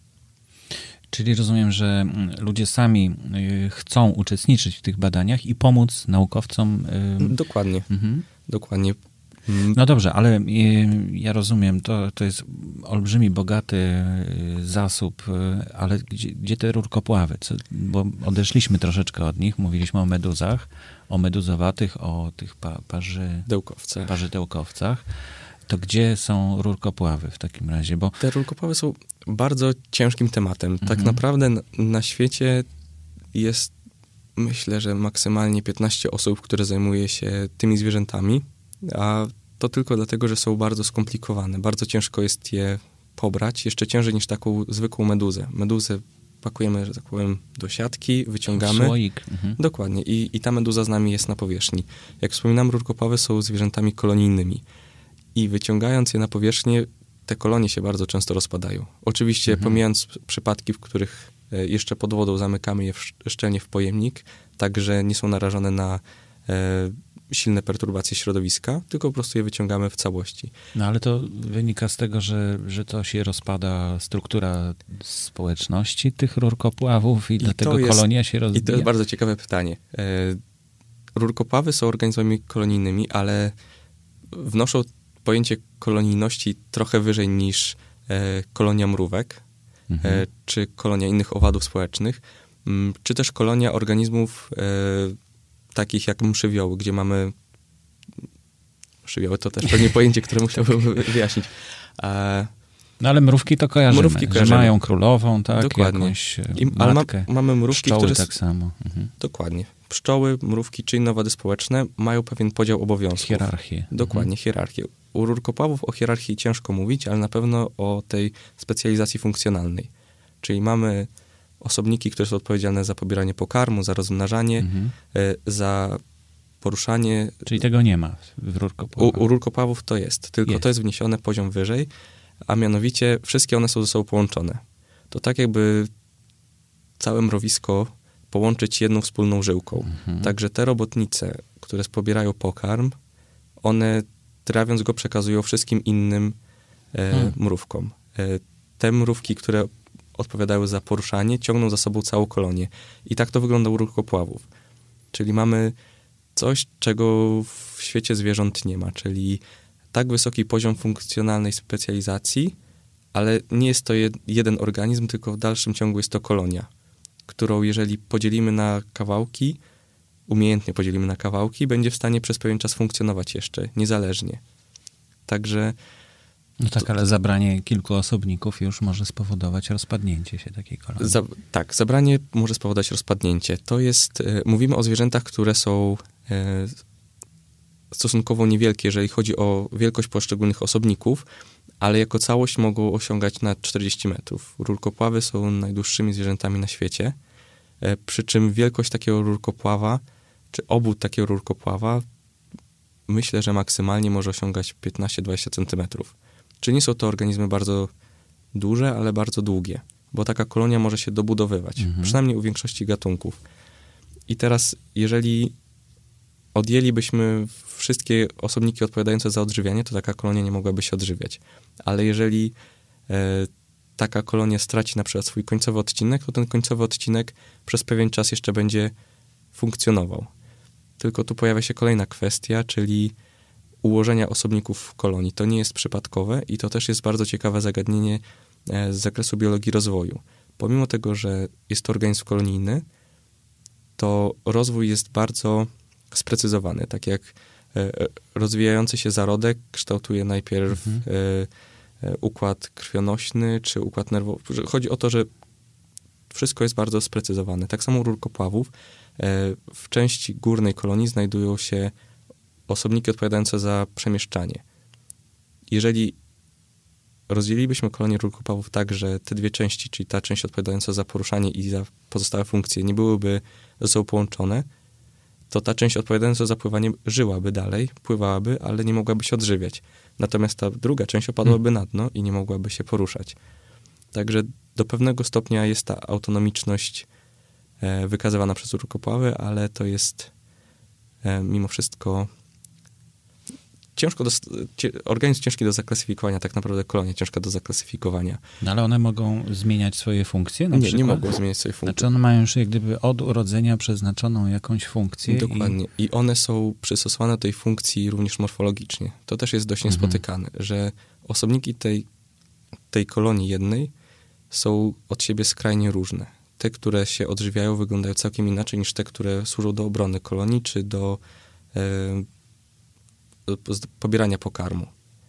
C: Czyli rozumiem, że ludzie sami chcą uczestniczyć w tych badaniach i pomóc naukowcom.
D: Dokładnie, mhm. dokładnie.
C: No dobrze, ale ja rozumiem, to, to jest olbrzymi, bogaty zasób, ale gdzie, gdzie te rurkopławy? Co, bo odeszliśmy troszeczkę od nich, mówiliśmy o meduzach, o meduzowatych, o tych pa, parzy,
D: Dełkowce.
C: parzydełkowcach. To gdzie są rurkopławy w takim razie? Bo
D: te rurkopławy są bardzo ciężkim tematem. Mhm. Tak naprawdę na, na świecie jest, myślę, że maksymalnie piętnaście osób, które zajmuje się tymi zwierzętami, a to tylko dlatego, że są bardzo skomplikowane. Bardzo ciężko jest je pobrać, jeszcze ciężej niż taką zwykłą meduzę. Meduzę pakujemy, że tak powiem, do siatki, wyciągamy.
C: Słoik. Mhm.
D: Dokładnie. I, I ta meduza z nami jest na powierzchni. Jak wspominam, rurkopławy są zwierzętami kolonijnymi. I wyciągając je na powierzchnię, te kolonie się bardzo często rozpadają. Oczywiście mhm. pomijając przypadki, w których jeszcze pod wodą zamykamy je w, szczelnie w pojemnik, tak że nie są narażone na e, silne perturbacje środowiska, tylko po prostu je wyciągamy w całości.
C: No ale to wynika z tego, że, że to się rozpada struktura społeczności tych rurkopławów i, I dlatego jest, kolonia się rozwija.
D: I to jest bardzo ciekawe pytanie. E, rurkopławy są organizmami kolonijnymi, ale wnoszą pojęcie kolonijności trochę wyżej niż e, kolonia mrówek, mhm. e, czy kolonia innych owadów społecznych, m, czy też kolonia organizmów e, takich jak mszywioły, gdzie mamy... Mszywioły to też pewnie pojęcie, które musiałbym wyjaśnić. E,
C: no ale mrówki to kojarzymy,
D: mrówki kojarzymy.
C: Że mają królową, tak?
D: Dokładnie.
C: Jakąś
D: I,
C: matkę.
D: Ma, mamy mrówki,
C: pszczoły
D: które...
C: tak samo. Mhm.
D: Dokładnie. Pszczoły, mrówki czy inne owady społeczne mają pewien podział obowiązków.
C: Hierarchię.
D: Dokładnie, mhm. hierarchię. U rurkopławów o hierarchii ciężko mówić, ale na pewno o tej specjalizacji funkcjonalnej. Czyli mamy osobniki, które są odpowiedzialne za pobieranie pokarmu, za rozmnażanie, mhm. y, za poruszanie...
C: Czyli tego nie ma w rurkopławach.
D: U, u rurkopławów to jest, tylko jest. To jest wniesione poziom wyżej, a mianowicie wszystkie one są ze sobą połączone. To tak jakby całe mrowisko połączyć jedną wspólną żyłką. Mhm. Także te robotnice, które pobierają pokarm, one trawiąc go przekazują wszystkim innym e, hmm. mrówkom. E, te mrówki, które odpowiadają za poruszanie, ciągną za sobą całą kolonię. I tak to wygląda u rurkopławów. Czyli mamy coś, czego w świecie zwierząt nie ma, czyli tak wysoki poziom funkcjonalnej specjalizacji, ale nie jest to jed, jeden organizm, tylko w dalszym ciągu jest to kolonia, którą jeżeli podzielimy na kawałki, umiejętnie podzielimy na kawałki, będzie w stanie przez pewien czas funkcjonować jeszcze, niezależnie. Także
C: No tak, ale zabranie kilku osobników już może spowodować rozpadnięcie się takiej kolonii.
D: Za, tak, zabranie może spowodować rozpadnięcie. To jest, e, mówimy o zwierzętach, które są e, stosunkowo niewielkie, jeżeli chodzi o wielkość poszczególnych osobników, ale jako całość mogą osiągać nad czterdzieści metrów. Rurkopławy są najdłuższymi zwierzętami na świecie, e, przy czym wielkość takiego rurkopława, czy obwód takiego rurkopława, myślę, że maksymalnie może osiągać piętnaście do dwudziestu centymetrów. Czyli nie są to organizmy bardzo duże, ale bardzo długie, bo taka kolonia może się dobudowywać, mhm. przynajmniej u większości gatunków. I teraz, jeżeli odjęlibyśmy wszystkie osobniki odpowiadające za odżywianie, to taka kolonia nie mogłaby się odżywiać. Ale jeżeli e, taka kolonia straci na przykład swój końcowy odcinek, to ten końcowy odcinek przez pewien czas jeszcze będzie funkcjonował. Tylko tu pojawia się kolejna kwestia, czyli ułożenia osobników w kolonii. To nie jest przypadkowe i to też jest bardzo ciekawe zagadnienie z zakresu biologii rozwoju. Pomimo tego, że jest to organizm kolonijny, to rozwój jest bardzo sprecyzowany. Tak jak rozwijający się zarodek kształtuje najpierw mhm. układ krwionośny czy układ nerwowy. Chodzi o to, że wszystko jest bardzo sprecyzowane. Tak samo u rurkopławów w części górnej kolonii znajdują się osobniki odpowiadające za przemieszczanie. Jeżeli rozdzielilibyśmy kolonię rurkopławów tak, że te dwie części, czyli ta część odpowiadająca za poruszanie i za pozostałe funkcje, nie byłyby ze sobą połączone, to ta część odpowiadająca za pływanie żyłaby dalej, pływałaby, ale nie mogłaby się odżywiać. Natomiast ta druga część opadłaby na dno i nie mogłaby się poruszać. Także do pewnego stopnia jest ta autonomiczność e, wykazywana przez rurkopławy, ale to jest e, mimo wszystko ciężko do, cie, organizm ciężki do zaklasyfikowania, tak naprawdę kolonia ciężka do zaklasyfikowania.
C: No ale one mogą zmieniać swoje funkcje? Na
D: nie,
C: przykład?
D: nie mogą zmieniać swoje funkcje.
C: Znaczy one mają już jak gdyby od urodzenia przeznaczoną jakąś funkcję.
D: Dokładnie. I, I one są przystosowane do tej funkcji również morfologicznie. To też jest dość niespotykane, mhm. że osobniki tej, tej kolonii jednej są od siebie skrajnie różne. Te, które się odżywiają, wyglądają całkiem inaczej niż te, które służą do obrony kolonii, czy do e, pobierania pokarmu.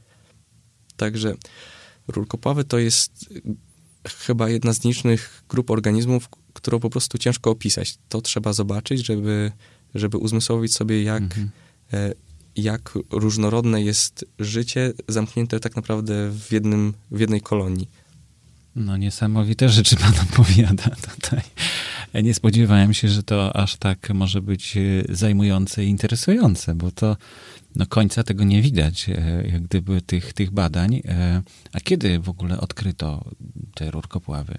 D: Także rurkopławy to jest chyba jedna z nielicznych grup organizmów, którą po prostu ciężko opisać. To trzeba zobaczyć, żeby, żeby uzmysłowić sobie, jak, mhm. e, jak różnorodne jest życie zamknięte tak naprawdę w, jednym, w jednej kolonii.
C: No niesamowite rzeczy pan opowiada tutaj. Nie spodziewałem się, że to aż tak może być zajmujące i interesujące, bo to no końca tego nie widać, jak gdyby tych, tych badań. A kiedy w ogóle odkryto te rurkopławy?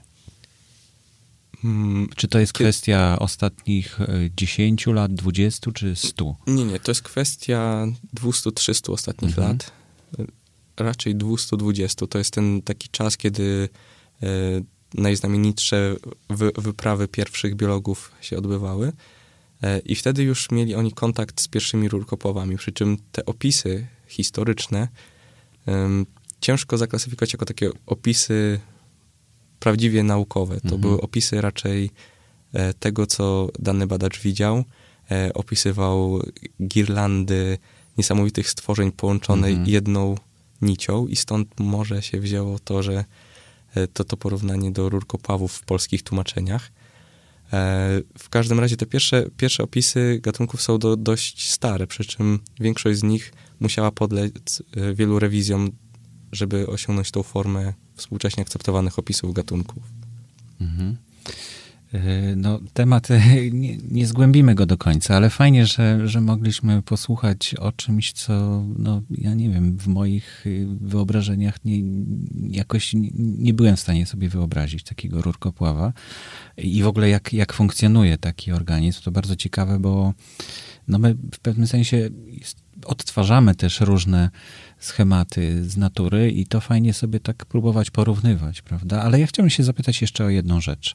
C: Hmm, czy to jest kwestia ostatnich dziesięciu lat, dwudziestu czy stu?
D: Nie, nie, to jest kwestia dwustu trzystu ostatnich mhm. lat. Raczej dwieście dwadzieścia. To jest ten taki czas, kiedy e, najznamienitsze wy, wyprawy pierwszych biologów się odbywały. E, I wtedy już mieli oni kontakt z pierwszymi rurkopławami. Przy czym te opisy historyczne e, ciężko zaklasyfikować jako takie opisy prawdziwie naukowe. To mhm. były opisy raczej e, tego, co dany badacz widział. E, opisywał girlandy niesamowitych stworzeń połączonej mhm. jedną nicią i stąd może się wzięło to, że to to porównanie do rurkopławów w polskich tłumaczeniach. W każdym razie te pierwsze, pierwsze opisy gatunków są do, dość stare, przy czym większość z nich musiała podlec wielu rewizjom, żeby osiągnąć tą formę współcześnie akceptowanych opisów gatunków. Mhm.
C: No, temat, nie, nie zgłębimy go do końca, ale fajnie, że, że mogliśmy posłuchać o czymś, co, no, ja nie wiem, w moich wyobrażeniach nie, jakoś nie, nie byłem w stanie sobie wyobrazić takiego rurkopława i w ogóle jak, jak funkcjonuje taki organizm. To bardzo ciekawe, bo no my w pewnym sensie odtwarzamy też różne schematy z natury i to fajnie sobie tak próbować porównywać, prawda? Ale ja chciałbym się zapytać jeszcze o jedną rzecz.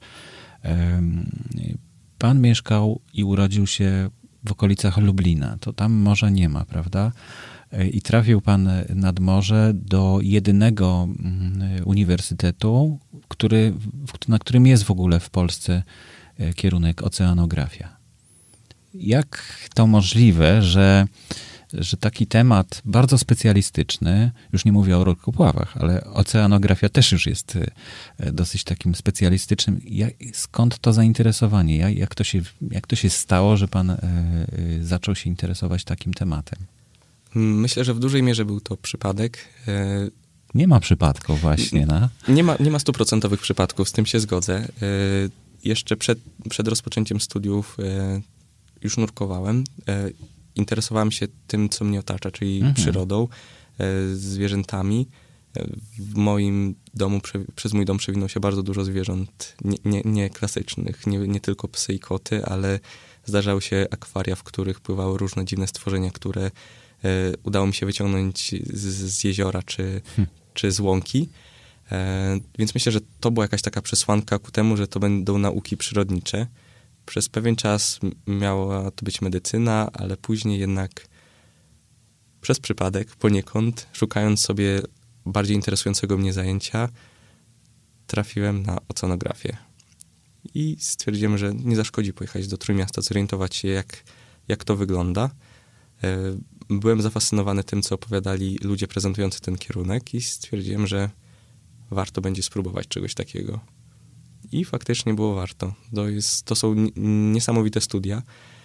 C: Pan mieszkał i urodził się w okolicach Lublina. To tam morza nie ma, prawda? I trafił pan nad morze do jedynego uniwersytetu, który, na którym jest w ogóle w Polsce kierunek oceanografia. Jak to możliwe, że że taki temat bardzo specjalistyczny, już nie mówię o rurkopławach, ale oceanografia też już jest dosyć takim specjalistycznym. Jak, skąd to zainteresowanie? Jak, jak, to się, jak to się stało, że pan zaczął się interesować takim tematem?
D: Myślę, że w dużej mierze był to przypadek.
C: Nie ma przypadków właśnie, no.
D: Nie ma, nie ma stuprocentowych przypadków, z tym się zgodzę. Jeszcze przed, przed rozpoczęciem studiów już nurkowałem. Interesowałem się tym, co mnie otacza, czyli mhm. przyrodą, zwierzętami. W moim domu, przez mój dom przewinął się bardzo dużo zwierząt, nie, nie, nie klasycznych, nie, nie tylko psy i koty, ale zdarzały się akwaria, w których pływały różne dziwne stworzenia, które udało mi się wyciągnąć z, z jeziora czy, hmm. czy z łąki. E, więc myślę, że to była jakaś taka przesłanka ku temu, że to będą nauki przyrodnicze. Przez pewien czas miała to być medycyna, ale później jednak przez przypadek, poniekąd, szukając sobie bardziej interesującego mnie zajęcia, trafiłem na oceanografię. I stwierdziłem, że nie zaszkodzi pojechać do Trójmiasta, zorientować się, jak, jak to wygląda. E, byłem zafascynowany tym, co opowiadali ludzie prezentujący ten kierunek i stwierdziłem, że warto będzie spróbować czegoś takiego. I faktycznie było warto. To, jest, to są niesamowite studia.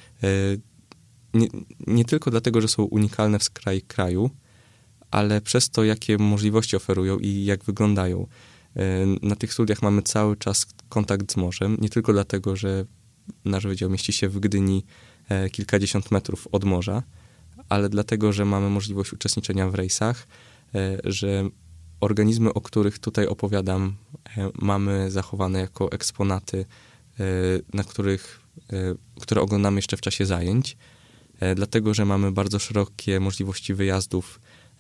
D: Nie, nie tylko dlatego, że są unikalne w skraju kraju, ale przez to, jakie możliwości oferują i jak wyglądają. Na tych studiach mamy cały czas kontakt z morzem. Nie tylko dlatego, że nasz wydział mieści się w Gdyni kilkadziesiąt metrów od morza, ale dlatego, że mamy możliwość uczestniczenia w rejsach, że organizmy, o których tutaj opowiadam, mamy zachowane jako eksponaty, na których, które oglądamy jeszcze w czasie zajęć, dlatego, że mamy bardzo szerokie możliwości wyjazdów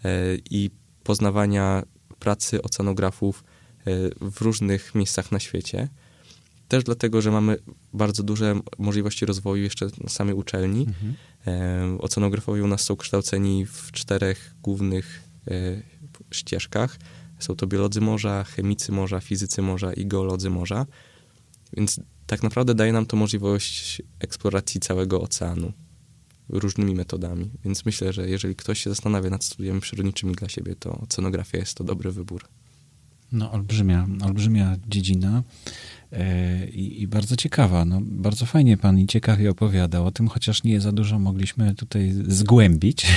D: i poznawania pracy oceanografów w różnych miejscach na świecie. Też dlatego, że mamy bardzo duże możliwości rozwoju jeszcze na samej uczelni. Mhm. Oceanografowie u nas są kształceni w czterech głównych ścieżkach. Są to biolodzy morza, chemicy morza, fizycy morza i geolodzy morza. Więc tak naprawdę daje nam to możliwość eksploracji całego oceanu różnymi metodami. Więc myślę, że jeżeli ktoś się zastanawia nad studiami przyrodniczymi dla siebie, to oceanografia jest to dobry wybór.
C: No, olbrzymia, olbrzymia dziedzina yy, i bardzo ciekawa. No, bardzo fajnie pan i ciekawie opowiadał o tym, chociaż nie za dużo mogliśmy tutaj zgłębić,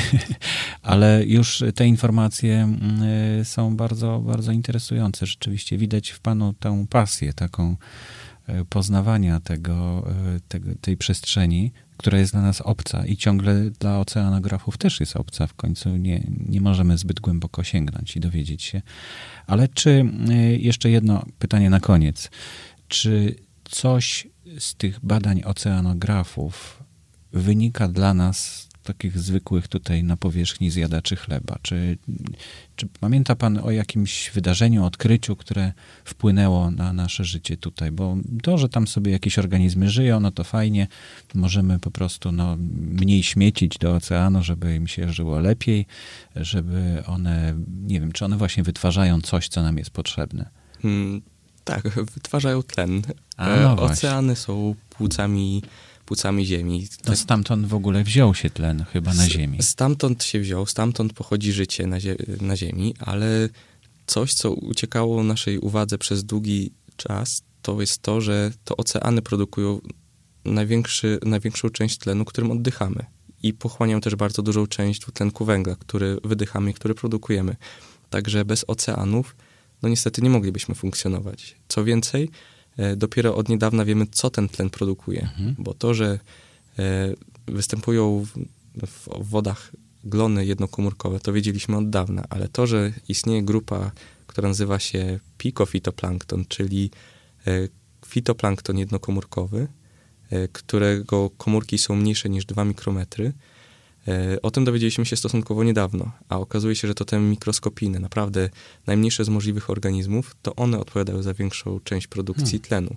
C: ale już te informacje yy, są bardzo, bardzo interesujące. Rzeczywiście widać w panu tę pasję, taką yy, poznawania tego, yy, tego, tej przestrzeni, która jest dla nas obca i ciągle dla oceanografów też jest obca. W końcu nie, nie możemy zbyt głęboko sięgnąć i dowiedzieć się. Ale czy, jeszcze jedno pytanie na koniec, czy coś z tych badań oceanografów wynika dla nas, takich zwykłych tutaj na powierzchni zjadaczy chleba? Czy, czy pamięta pan o jakimś wydarzeniu, odkryciu, które wpłynęło na nasze życie tutaj? Bo to, że tam sobie jakieś organizmy żyją, no to fajnie. Możemy po prostu no, mniej śmiecić do oceanu, żeby im się żyło lepiej, żeby one, nie wiem, czy one właśnie wytwarzają coś, co nam jest potrzebne?
D: Hmm, tak, wytwarzają tlen.
C: A, no
D: Oceany są płucami płucami Ziemi.
C: To stamtąd w ogóle wziął się tlen chyba na Ziemi.
D: Stamtąd się wziął, stamtąd pochodzi życie na, zie- na Ziemi, ale coś, co uciekało naszej uwadze przez długi czas, to jest to, że to oceany produkują największy, największą część tlenu, którym oddychamy. I pochłaniają też bardzo dużą część dwutlenku węgla, który wydychamy i który produkujemy. Także bez oceanów, no niestety nie moglibyśmy funkcjonować. Co więcej, dopiero od niedawna wiemy, co ten tlen produkuje. Mhm. Bo to, że e, występują w, w wodach glony jednokomórkowe, to wiedzieliśmy od dawna, ale to, że istnieje grupa, która nazywa się pikofitoplankton, czyli e, fitoplankton jednokomórkowy, e, którego komórki są mniejsze niż dwa mikrometry, e, o tym dowiedzieliśmy się stosunkowo niedawno, a okazuje się, że to te mikroskopijne, naprawdę najmniejsze z możliwych organizmów, to one odpowiadają za większą część produkcji hmm. tlenu.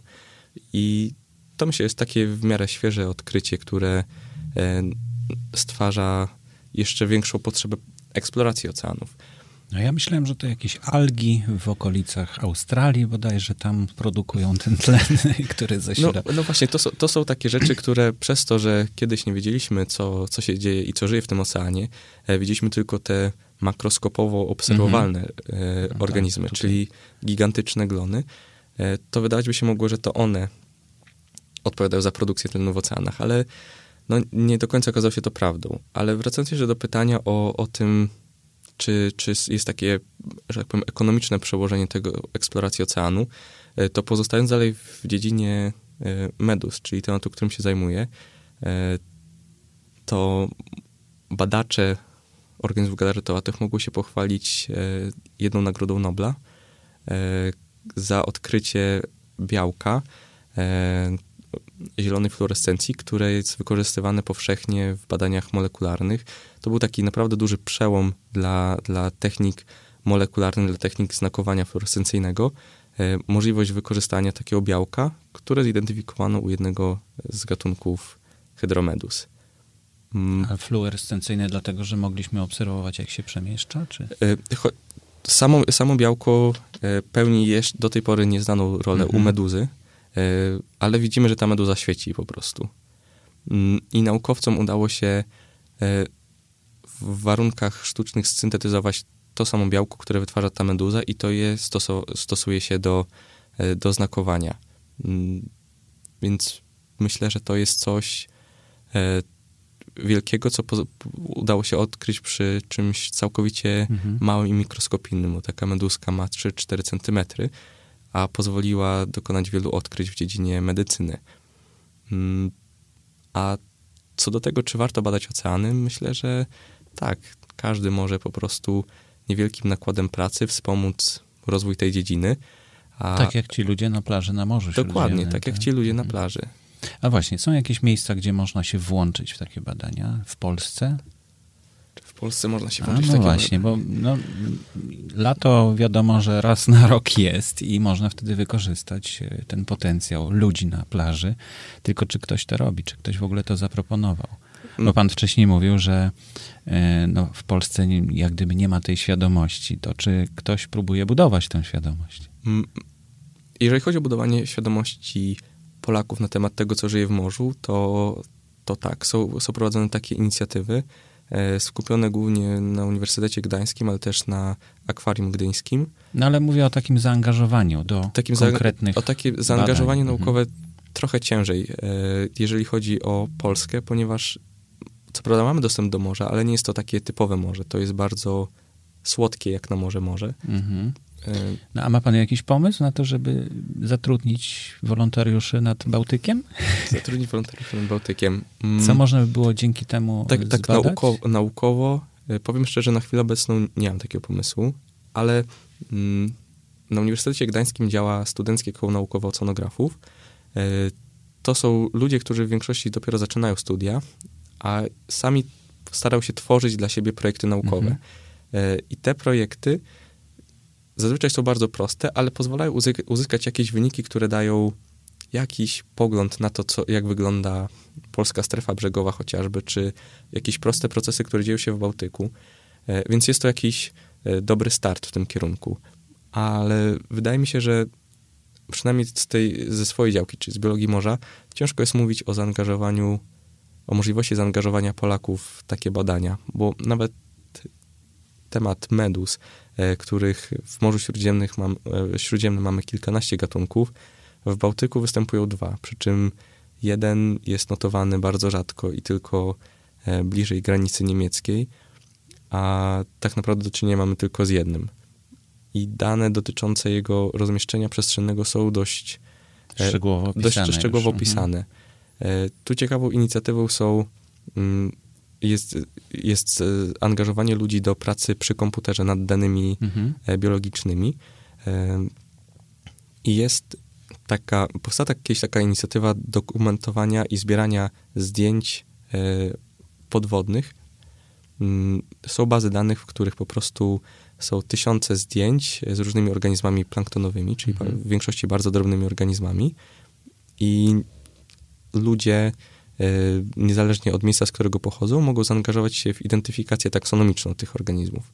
D: I to myślę jest takie w miarę świeże odkrycie, które e, stwarza jeszcze większą potrzebę eksploracji oceanów.
C: No ja myślałem, że to jakieś algi w okolicach Australii bodajże tam produkują ten tlen, który zasila.
D: No, no właśnie, to są, to są takie rzeczy, które przez to, że kiedyś nie wiedzieliśmy, co, co się dzieje i co żyje w tym oceanie, e, widzieliśmy tylko te makroskopowo obserwowalne mm-hmm. e, no organizmy, tak, czyli gigantyczne glony, e, to wydawać by się mogło, że to one odpowiadają za produkcję tlenu w oceanach, ale no, nie do końca okazało się to prawdą. Ale wracając jeszcze do pytania o, o tym, czy, czy jest takie, że tak powiem, ekonomiczne przełożenie tego eksploracji oceanu, to pozostając dalej w dziedzinie meduz, czyli tematu, którym się zajmuję, to badacze organizmów galaretowatych mogły się pochwalić jedną nagrodą Nobla za odkrycie białka zielonej fluorescencji, które jest wykorzystywane powszechnie w badaniach molekularnych. To był taki naprawdę duży przełom dla, dla technik molekularnych, dla technik znakowania fluorescencyjnego. E, możliwość wykorzystania takiego białka, które zidentyfikowano u jednego z gatunków hydromedus.
C: Mm. A fluorescencyjne dlatego, że mogliśmy obserwować, jak się przemieszcza? Czy?
D: E, cho, samo, samo białko e, pełni jeszcze do tej pory nieznaną rolę mm-hmm. u meduzy, ale widzimy, że ta meduza świeci po prostu. I naukowcom udało się w warunkach sztucznych syntetyzować to samo białko, które wytwarza ta meduza i to je stoso- stosuje się do, do znakowania. Więc myślę, że to jest coś wielkiego, co po- udało się odkryć przy czymś całkowicie mhm. małym i mikroskopijnym. Bo taka meduzka ma trzy cztery centymetry, a pozwoliła dokonać wielu odkryć w dziedzinie medycyny. A co do tego, czy warto badać oceany, myślę, że tak, każdy może po prostu niewielkim nakładem pracy wspomóc rozwój tej dziedziny. A
C: tak jak ci ludzie na plaży na Morzu
D: Dokładnie,
C: Śródziemnym,
D: tak jak ci ludzie na plaży.
C: A właśnie, są jakieś miejsca, gdzie można się włączyć w takie badania? W Polsce?
D: W Polsce można się włączyć
C: A,
D: w
C: no
D: takie
C: właśnie, bo no, lato wiadomo, że raz na rok jest i można wtedy wykorzystać ten potencjał ludzi na plaży. Tylko czy ktoś to robi? Czy ktoś w ogóle to zaproponował? Bo pan wcześniej mówił, że no, w Polsce nie, jak gdyby nie ma tej świadomości. To czy ktoś próbuje budować tę świadomość?
D: Jeżeli chodzi o budowanie świadomości Polaków na temat tego, co żyje w morzu, to, to tak, są, są prowadzone takie inicjatywy, skupione głównie na Uniwersytecie Gdańskim, ale też na Akwarium Gdyńskim.
C: No ale mówię o takim zaangażowaniu do takim konkretnych
D: za, O takie zaangażowanie
C: badań.
D: naukowe
C: mhm.
D: trochę ciężej, jeżeli chodzi o Polskę, ponieważ co prawda mamy dostęp do morza, ale nie jest to takie typowe morze. To jest bardzo słodkie, jak na morze morze.
C: Mhm. No a ma pan jakiś pomysł na to, żeby zatrudnić wolontariuszy nad Bałtykiem?
D: Zatrudnić wolontariuszy nad Bałtykiem.
C: Co można by było dzięki temu
D: Tak, tak
C: zbadać?
D: nauko, naukowo, powiem szczerze, na chwilę obecną nie mam takiego pomysłu, ale mm, na Uniwersytecie Gdańskim działa Studenckie Koło Naukowe Oceanografów. To są ludzie, którzy w większości dopiero zaczynają studia, a sami starają się tworzyć dla siebie projekty naukowe. Mhm. I te projekty zazwyczaj są bardzo proste, ale pozwalają uzy- uzyskać jakieś wyniki, które dają jakiś pogląd na to, co, jak wygląda polska strefa brzegowa chociażby, czy jakieś proste procesy, które dzieją się w Bałtyku. E, więc jest to jakiś e, dobry start w tym kierunku. Ale wydaje mi się, że przynajmniej z tej, ze swojej działki, czyli z biologii morza, ciężko jest mówić o zaangażowaniu, o możliwości zaangażowania Polaków w takie badania, bo nawet temat meduz, e, których w Morzu Śródziemnym, mam, e, Śródziemnym mamy kilkanaście gatunków, w Bałtyku występują dwa, przy czym jeden jest notowany bardzo rzadko i tylko e, bliżej granicy niemieckiej, a tak naprawdę do czynienia mamy tylko z jednym. I dane dotyczące jego rozmieszczenia przestrzennego są dość e,
C: szczegółowo opisane.
D: Dość szczegółowo opisane. E, tu ciekawą inicjatywą są mm, Jest, jest angażowanie ludzi do pracy przy komputerze nad danymi mhm. biologicznymi. I jest taka, powstała tak, kiedyś taka inicjatywa dokumentowania i zbierania zdjęć podwodnych. Są bazy danych, w których po prostu są tysiące zdjęć z różnymi organizmami planktonowymi, czyli mhm. w większości bardzo drobnymi organizmami. I ludzie niezależnie od miejsca, z którego pochodzą, mogą zaangażować się w identyfikację taksonomiczną tych organizmów.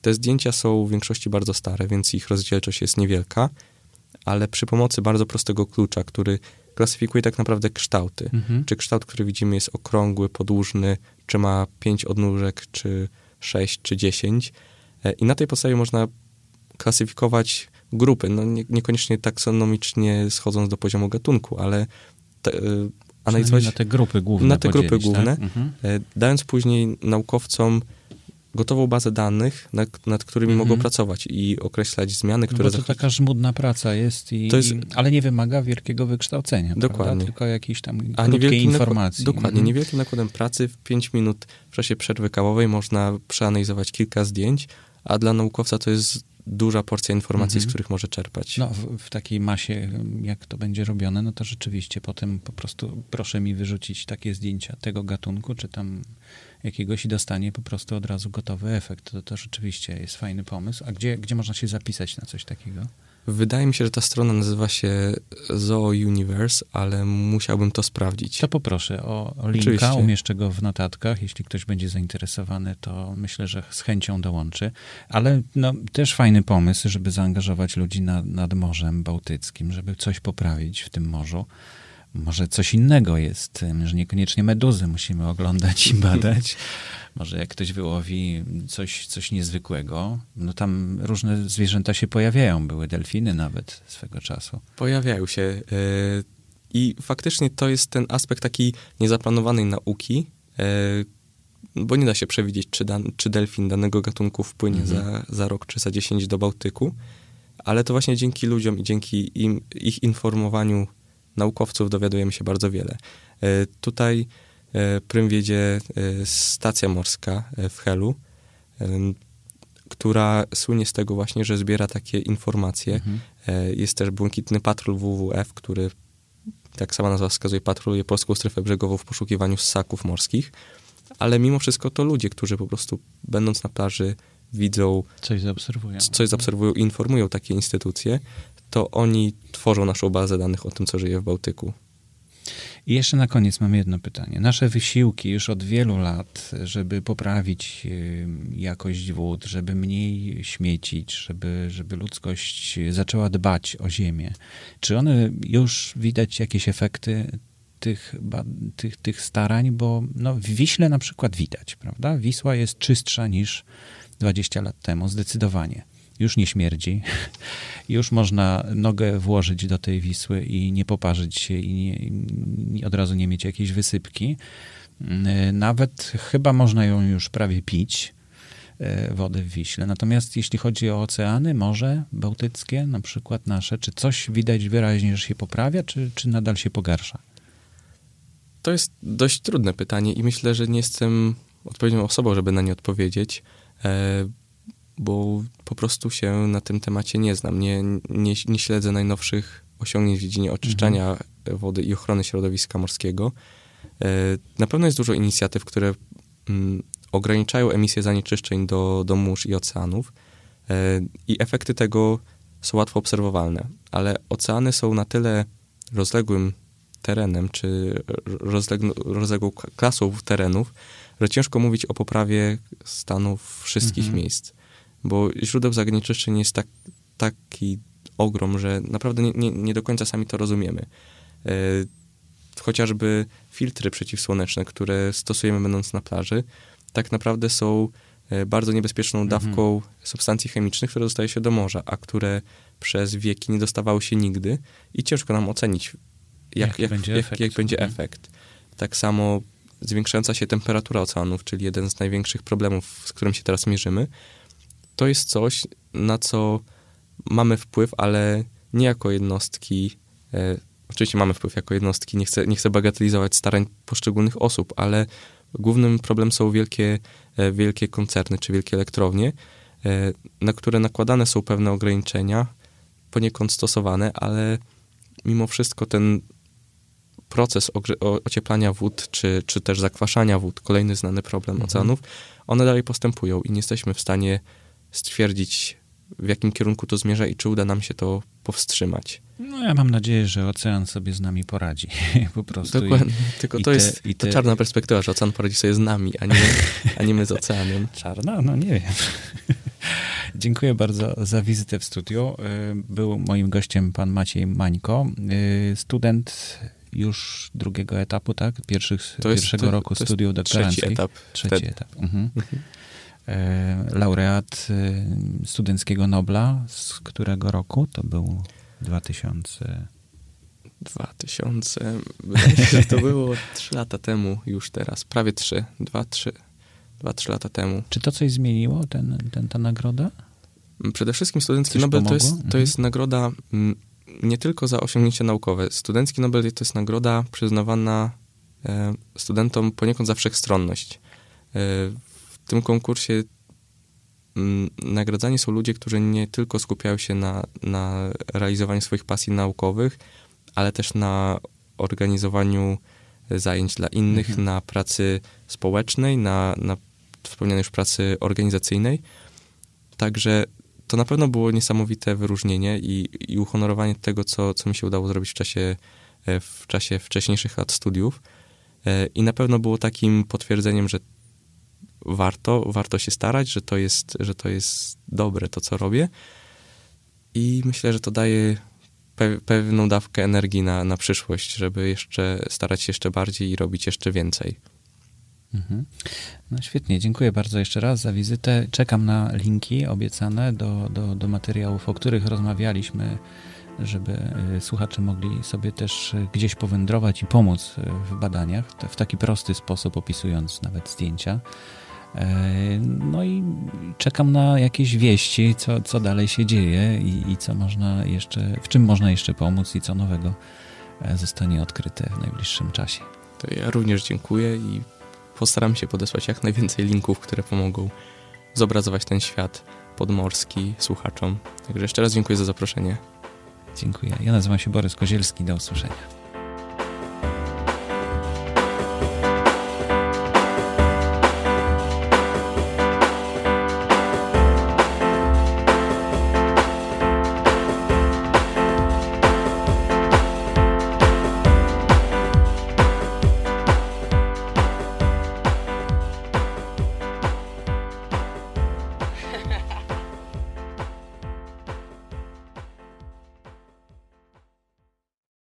D: Te zdjęcia są w większości bardzo stare, więc ich rozdzielczość jest niewielka, ale przy pomocy bardzo prostego klucza, który klasyfikuje tak naprawdę kształty. Mhm. Czy kształt, który widzimy, jest okrągły, podłużny, czy ma pięć odnóżek, czy sześć, czy dziesięć. I na tej podstawie można klasyfikować grupy, no nie, niekoniecznie taksonomicznie schodząc do poziomu gatunku, ale te, analizować
C: na te grupy główne.
D: Na te grupy
C: podzielić,
D: główne,
C: tak? Mhm.
D: dając później naukowcom gotową bazę danych, nad, nad którymi mhm. mogą pracować i określać zmiany, które...
C: No bo to taka żmudna praca jest, i,
D: to jest,
C: ale nie wymaga wielkiego wykształcenia,
D: dokładnie.
C: Prawda? Tylko jakiejś tam krótkiej informacji.
D: Nakład, dokładnie,
C: mhm.
D: niewielkim nakładem pracy w pięć minut w czasie przerwy kawowej można przeanalizować kilka zdjęć, a dla naukowca to jest duża porcja informacji, mhm. z których może czerpać.
C: No, w, w takiej masie, jak to będzie robione, no to rzeczywiście potem po prostu proszę mi wyrzucić takie zdjęcia tego gatunku, czy tam jakiegoś i dostanie po prostu od razu gotowy efekt. To, to rzeczywiście jest fajny pomysł. A gdzie, gdzie można się zapisać na coś takiego?
D: Wydaje mi się, że ta strona nazywa się Zoo Universe, ale musiałbym to sprawdzić.
C: To poproszę o, o linka, Oczywiście. Umieszczę go w notatkach. Jeśli ktoś będzie zainteresowany, to myślę, że z chęcią dołączy. Ale no, też fajny pomysł, żeby zaangażować ludzi na, nad Morzem Bałtyckim, żeby coś poprawić w tym morzu. Może coś innego jest, że niekoniecznie meduzy musimy oglądać i badać. Może jak ktoś wyłowi coś, coś niezwykłego, no tam różne zwierzęta się pojawiają. Były delfiny nawet swego czasu.
D: Pojawiają się. Yy, I faktycznie to jest ten aspekt takiej niezaplanowanej nauki, yy, bo nie da się przewidzieć, czy, dan, czy delfin danego gatunku wpłynie mhm. za, za rok czy za dziesięć do Bałtyku. Ale to właśnie dzięki ludziom i dzięki im, ich informowaniu naukowców dowiadujemy się bardzo wiele. Yy, tutaj prym wiedzie stacja morska w Helu, która słynie z tego właśnie, że zbiera takie informacje. Mhm. Jest też Błękitny Patrol W W F, który, jak sama nazwa wskazuje, patroluje polską strefę brzegową w poszukiwaniu ssaków morskich, ale mimo wszystko to ludzie, którzy po prostu będąc na plaży widzą,
C: coś zaobserwują,
D: coś zaobserwują i informują takie instytucje, to oni tworzą naszą bazę danych o tym, co żyje w Bałtyku.
C: I jeszcze na koniec mam jedno pytanie. Nasze wysiłki już od wielu lat, żeby poprawić jakość wód, żeby mniej śmiecić, żeby, żeby ludzkość zaczęła dbać o ziemię. Czy one już widać jakieś efekty tych, tych, tych starań? Bo no, w Wiśle na przykład widać, prawda? Wisła jest czystsza niż dwadzieścia lat temu, zdecydowanie. Już nie śmierdzi, już można nogę włożyć do tej Wisły i nie poparzyć się i nie, i od razu nie mieć jakiejś wysypki. Nawet chyba można ją już prawie pić, wodę w Wiśle. Natomiast jeśli chodzi o oceany, morze bałtyckie, na przykład nasze, czy coś widać wyraźnie, że się poprawia, czy, czy nadal się pogarsza?
D: To jest dość trudne pytanie i myślę, że nie jestem odpowiednią osobą, żeby na nie odpowiedzieć, bo po prostu się na tym temacie nie znam. Nie, nie, nie śledzę najnowszych osiągnięć w dziedzinie oczyszczania mhm. wody i ochrony środowiska morskiego. Na pewno jest dużo inicjatyw, które ograniczają emisję zanieczyszczeń do, do mórz i oceanów i efekty tego są łatwo obserwowalne. Ale oceany są na tyle rozległym terenem, czy rozległ, rozległą klasą terenów, że ciężko mówić o poprawie stanów wszystkich mhm. miejsc. Bo źródeł zanieczyszczeń jest tak, taki ogrom, że naprawdę nie, nie, nie do końca sami to rozumiemy. E, chociażby filtry przeciwsłoneczne, które stosujemy będąc na plaży, tak naprawdę są bardzo niebezpieczną dawką mhm. substancji chemicznych, które dostaje się do morza, a które przez wieki nie dostawały się nigdy i ciężko nam ocenić, jak,
C: jaki
D: jak,
C: będzie,
D: jak,
C: efekt.
D: jak będzie efekt. Tak samo zwiększająca się temperatura oceanów, czyli jeden z największych problemów, z którym się teraz mierzymy, to jest coś, na co mamy wpływ, ale nie jako jednostki. E, oczywiście mamy wpływ jako jednostki, nie chcę, nie chcę bagatelizować starań poszczególnych osób, ale głównym problemem są wielkie, e, wielkie koncerny czy wielkie elektrownie, e, na które nakładane są pewne ograniczenia, poniekąd stosowane, ale mimo wszystko ten proces ogr- ocieplania wód, czy, czy też zakwaszania wód, kolejny znany problem mhm. oceanów, one dalej postępują i nie jesteśmy w stanie stwierdzić, w jakim kierunku to zmierza i czy uda nam się to powstrzymać.
C: No ja mam nadzieję, że ocean sobie z nami poradzi. Po prostu.
D: Dokładnie.
C: I,
D: Tylko
C: i
D: to
C: te,
D: jest
C: te...
D: to czarna perspektywa, że ocean poradzi sobie z nami, a nie, a nie my z oceanem.
C: Czarna? No nie wiem. Dziękuję bardzo za wizytę w studiu. Był moim gościem pan Maciej Mańko, student już drugiego etapu, tak? Pierwszych,
D: to jest,
C: pierwszego
D: to,
C: roku
D: to
C: studiów doktoranckich.
D: Trzeci etap.
C: Trzeci
D: wtedy.
C: etap. Mhm. Mhm. Laureat Studenckiego Nobla, z którego roku? To był dwa tysiące...
D: dwa tysiące... Wydaje mi się, że to było trzy lata temu już teraz. Prawie trzy. Dwa, trzy. Dwa, trzy lata temu.
C: Czy to coś zmieniło, ten, ten, ta nagroda?
D: Przede wszystkim Studencki
C: Coś
D: Nobel to jest,
C: pomogło?
D: to jest nagroda m, nie tylko za osiągnięcia naukowe. Studencki Nobel to jest nagroda przyznawana e, studentom poniekąd za wszechstronność. E, w tym konkursie m, nagradzani są ludzie, którzy nie tylko skupiają się na, na realizowaniu swoich pasji naukowych, ale też na organizowaniu zajęć dla innych, mhm. na pracy społecznej, na, na wspomnianej już pracy organizacyjnej. Także to na pewno było niesamowite wyróżnienie i, i uhonorowanie tego, co, co mi się udało zrobić w czasie, w czasie wcześniejszych lat studiów. I na pewno było takim potwierdzeniem, że warto, warto się starać, że to jest, że to jest dobre to, co robię. I myślę, że to daje pe- pewną dawkę energii na, na przyszłość, żeby jeszcze starać się jeszcze bardziej i robić jeszcze więcej.
C: Mhm. No świetnie, dziękuję bardzo jeszcze raz za wizytę. Czekam na linki obiecane do, do, do materiałów, o których rozmawialiśmy, żeby słuchacze mogli sobie też gdzieś powędrować i pomóc w badaniach, w taki prosty sposób, opisując nawet zdjęcia. No i czekam na jakieś wieści, co, co dalej się dzieje i, i co można jeszcze, w czym można jeszcze pomóc i co nowego zostanie odkryte w najbliższym czasie.
D: To ja również dziękuję i postaram się podesłać jak najwięcej linków, które pomogą zobrazować ten świat podmorski słuchaczom. Także jeszcze raz dziękuję za zaproszenie.
C: Dziękuję. Ja nazywam się Borys Kozielski. Do usłyszenia.